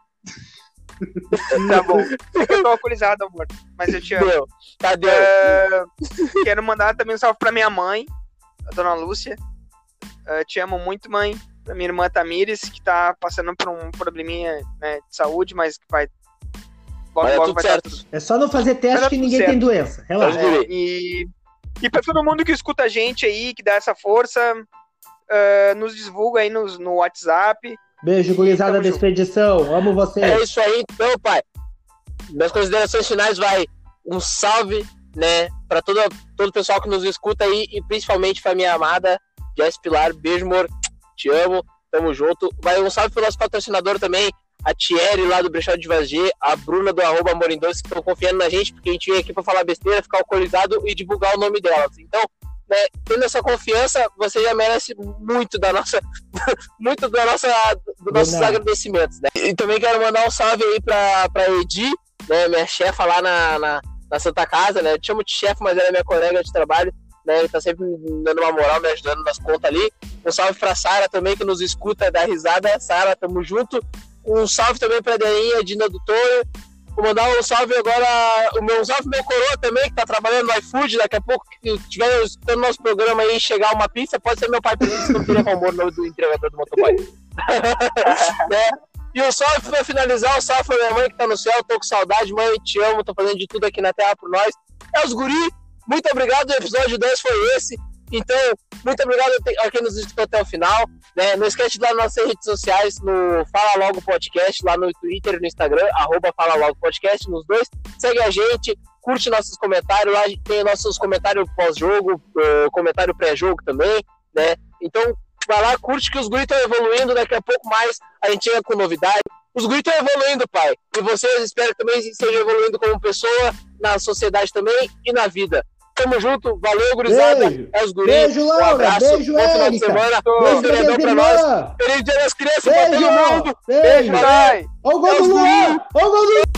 Tá bom. É que eu tô alcoolizado, amor. Mas eu te amo. Deu, tá, deu. É, quero mandar também um salve pra minha mãe, a dona Lúcia. É, te amo muito, mãe. Pra minha irmã Tamires, que tá passando por um probleminha, né, de saúde, mas que vai. Logo, Vai dar logo tudo vai dar certo. tudo. É só não fazer Vai teste dar que tudo ninguém certo. tem doença. Relaxa. É. É, e, e pra todo mundo que escuta a gente aí, que dá essa força, uh, nos divulga aí nos, no WhatsApp, Beijo, gurizada Tamo da junto. expedição. Amo vocês. É isso aí, então, pai. Minhas considerações finais vai um salve, né, pra todo, todo o pessoal que nos escuta aí e principalmente pra minha amada Jess Pilar. Beijo, amor. Te amo. Tamo junto. Vai um salve pro nosso patrocinador também, a Thierry lá do Brechó de Vazgê, a Bruna do arroba Amor em Doce, que estão confiando na gente, porque a gente veio aqui pra falar besteira, ficar alcoolizado e divulgar o nome delas. Então, né, tendo essa confiança, você já merece muito da nossa, muito da nossa, dos nossos Verdade. agradecimentos, né? E também quero mandar um salve aí pra, pra Edi, né, minha chefa lá na, na, na Santa Casa, né? Eu te chamo de chefe, mas ela é minha colega de trabalho, né? Tá sempre me dando uma moral, me ajudando nas contas ali. Um salve pra Sara também, que nos escuta, dá risada. Sara, tamo junto. Um salve também pra Deinha, Dina do Toro. Vou mandar um salve agora, o meu um salve pro meu coroa também, que tá trabalhando no iFood. Daqui a pouco, se estiver escutando nosso programa aí e chegar uma pizza, pode ser meu pai pedindo, se não queria com o amor do entregador do motoboy. Né? E o salve pra finalizar, o salve pra minha mãe que tá no céu, tô com saudade, mãe, te amo, tô fazendo de tudo aqui na terra por nós. É os guri, muito obrigado, o episódio dez foi esse. Então, muito obrigado a quem nos escutou até o final, né? Não esquece de ir lá nas nossas redes sociais, no Fala Logo Podcast, lá no Twitter e no Instagram, arroba Fala Logo Podcast, nos dois. Segue a gente, curte nossos comentários, lá tem nossos comentários pós-jogo, uh, comentário pré-jogo também, né? Então, vai lá, curte que os guris estão evoluindo, daqui a pouco mais a gente chega com novidade. Os guris estão evoluindo, pai. E vocês, espero que também estejam evoluindo como pessoa, na sociedade também e na vida. Tamo junto, valeu, gurizada. Beijo. É os guris. Beijo, Laura. Um abraço, Beijo, bom final de Érica. semana. Beijo, Feriadão minha pra nós. irmã. Feliz dia das crianças pra Beijo. todo mundo. Beijo. Beijo, Dai. Ó o gol É os do Luan. guri. Ó o gol do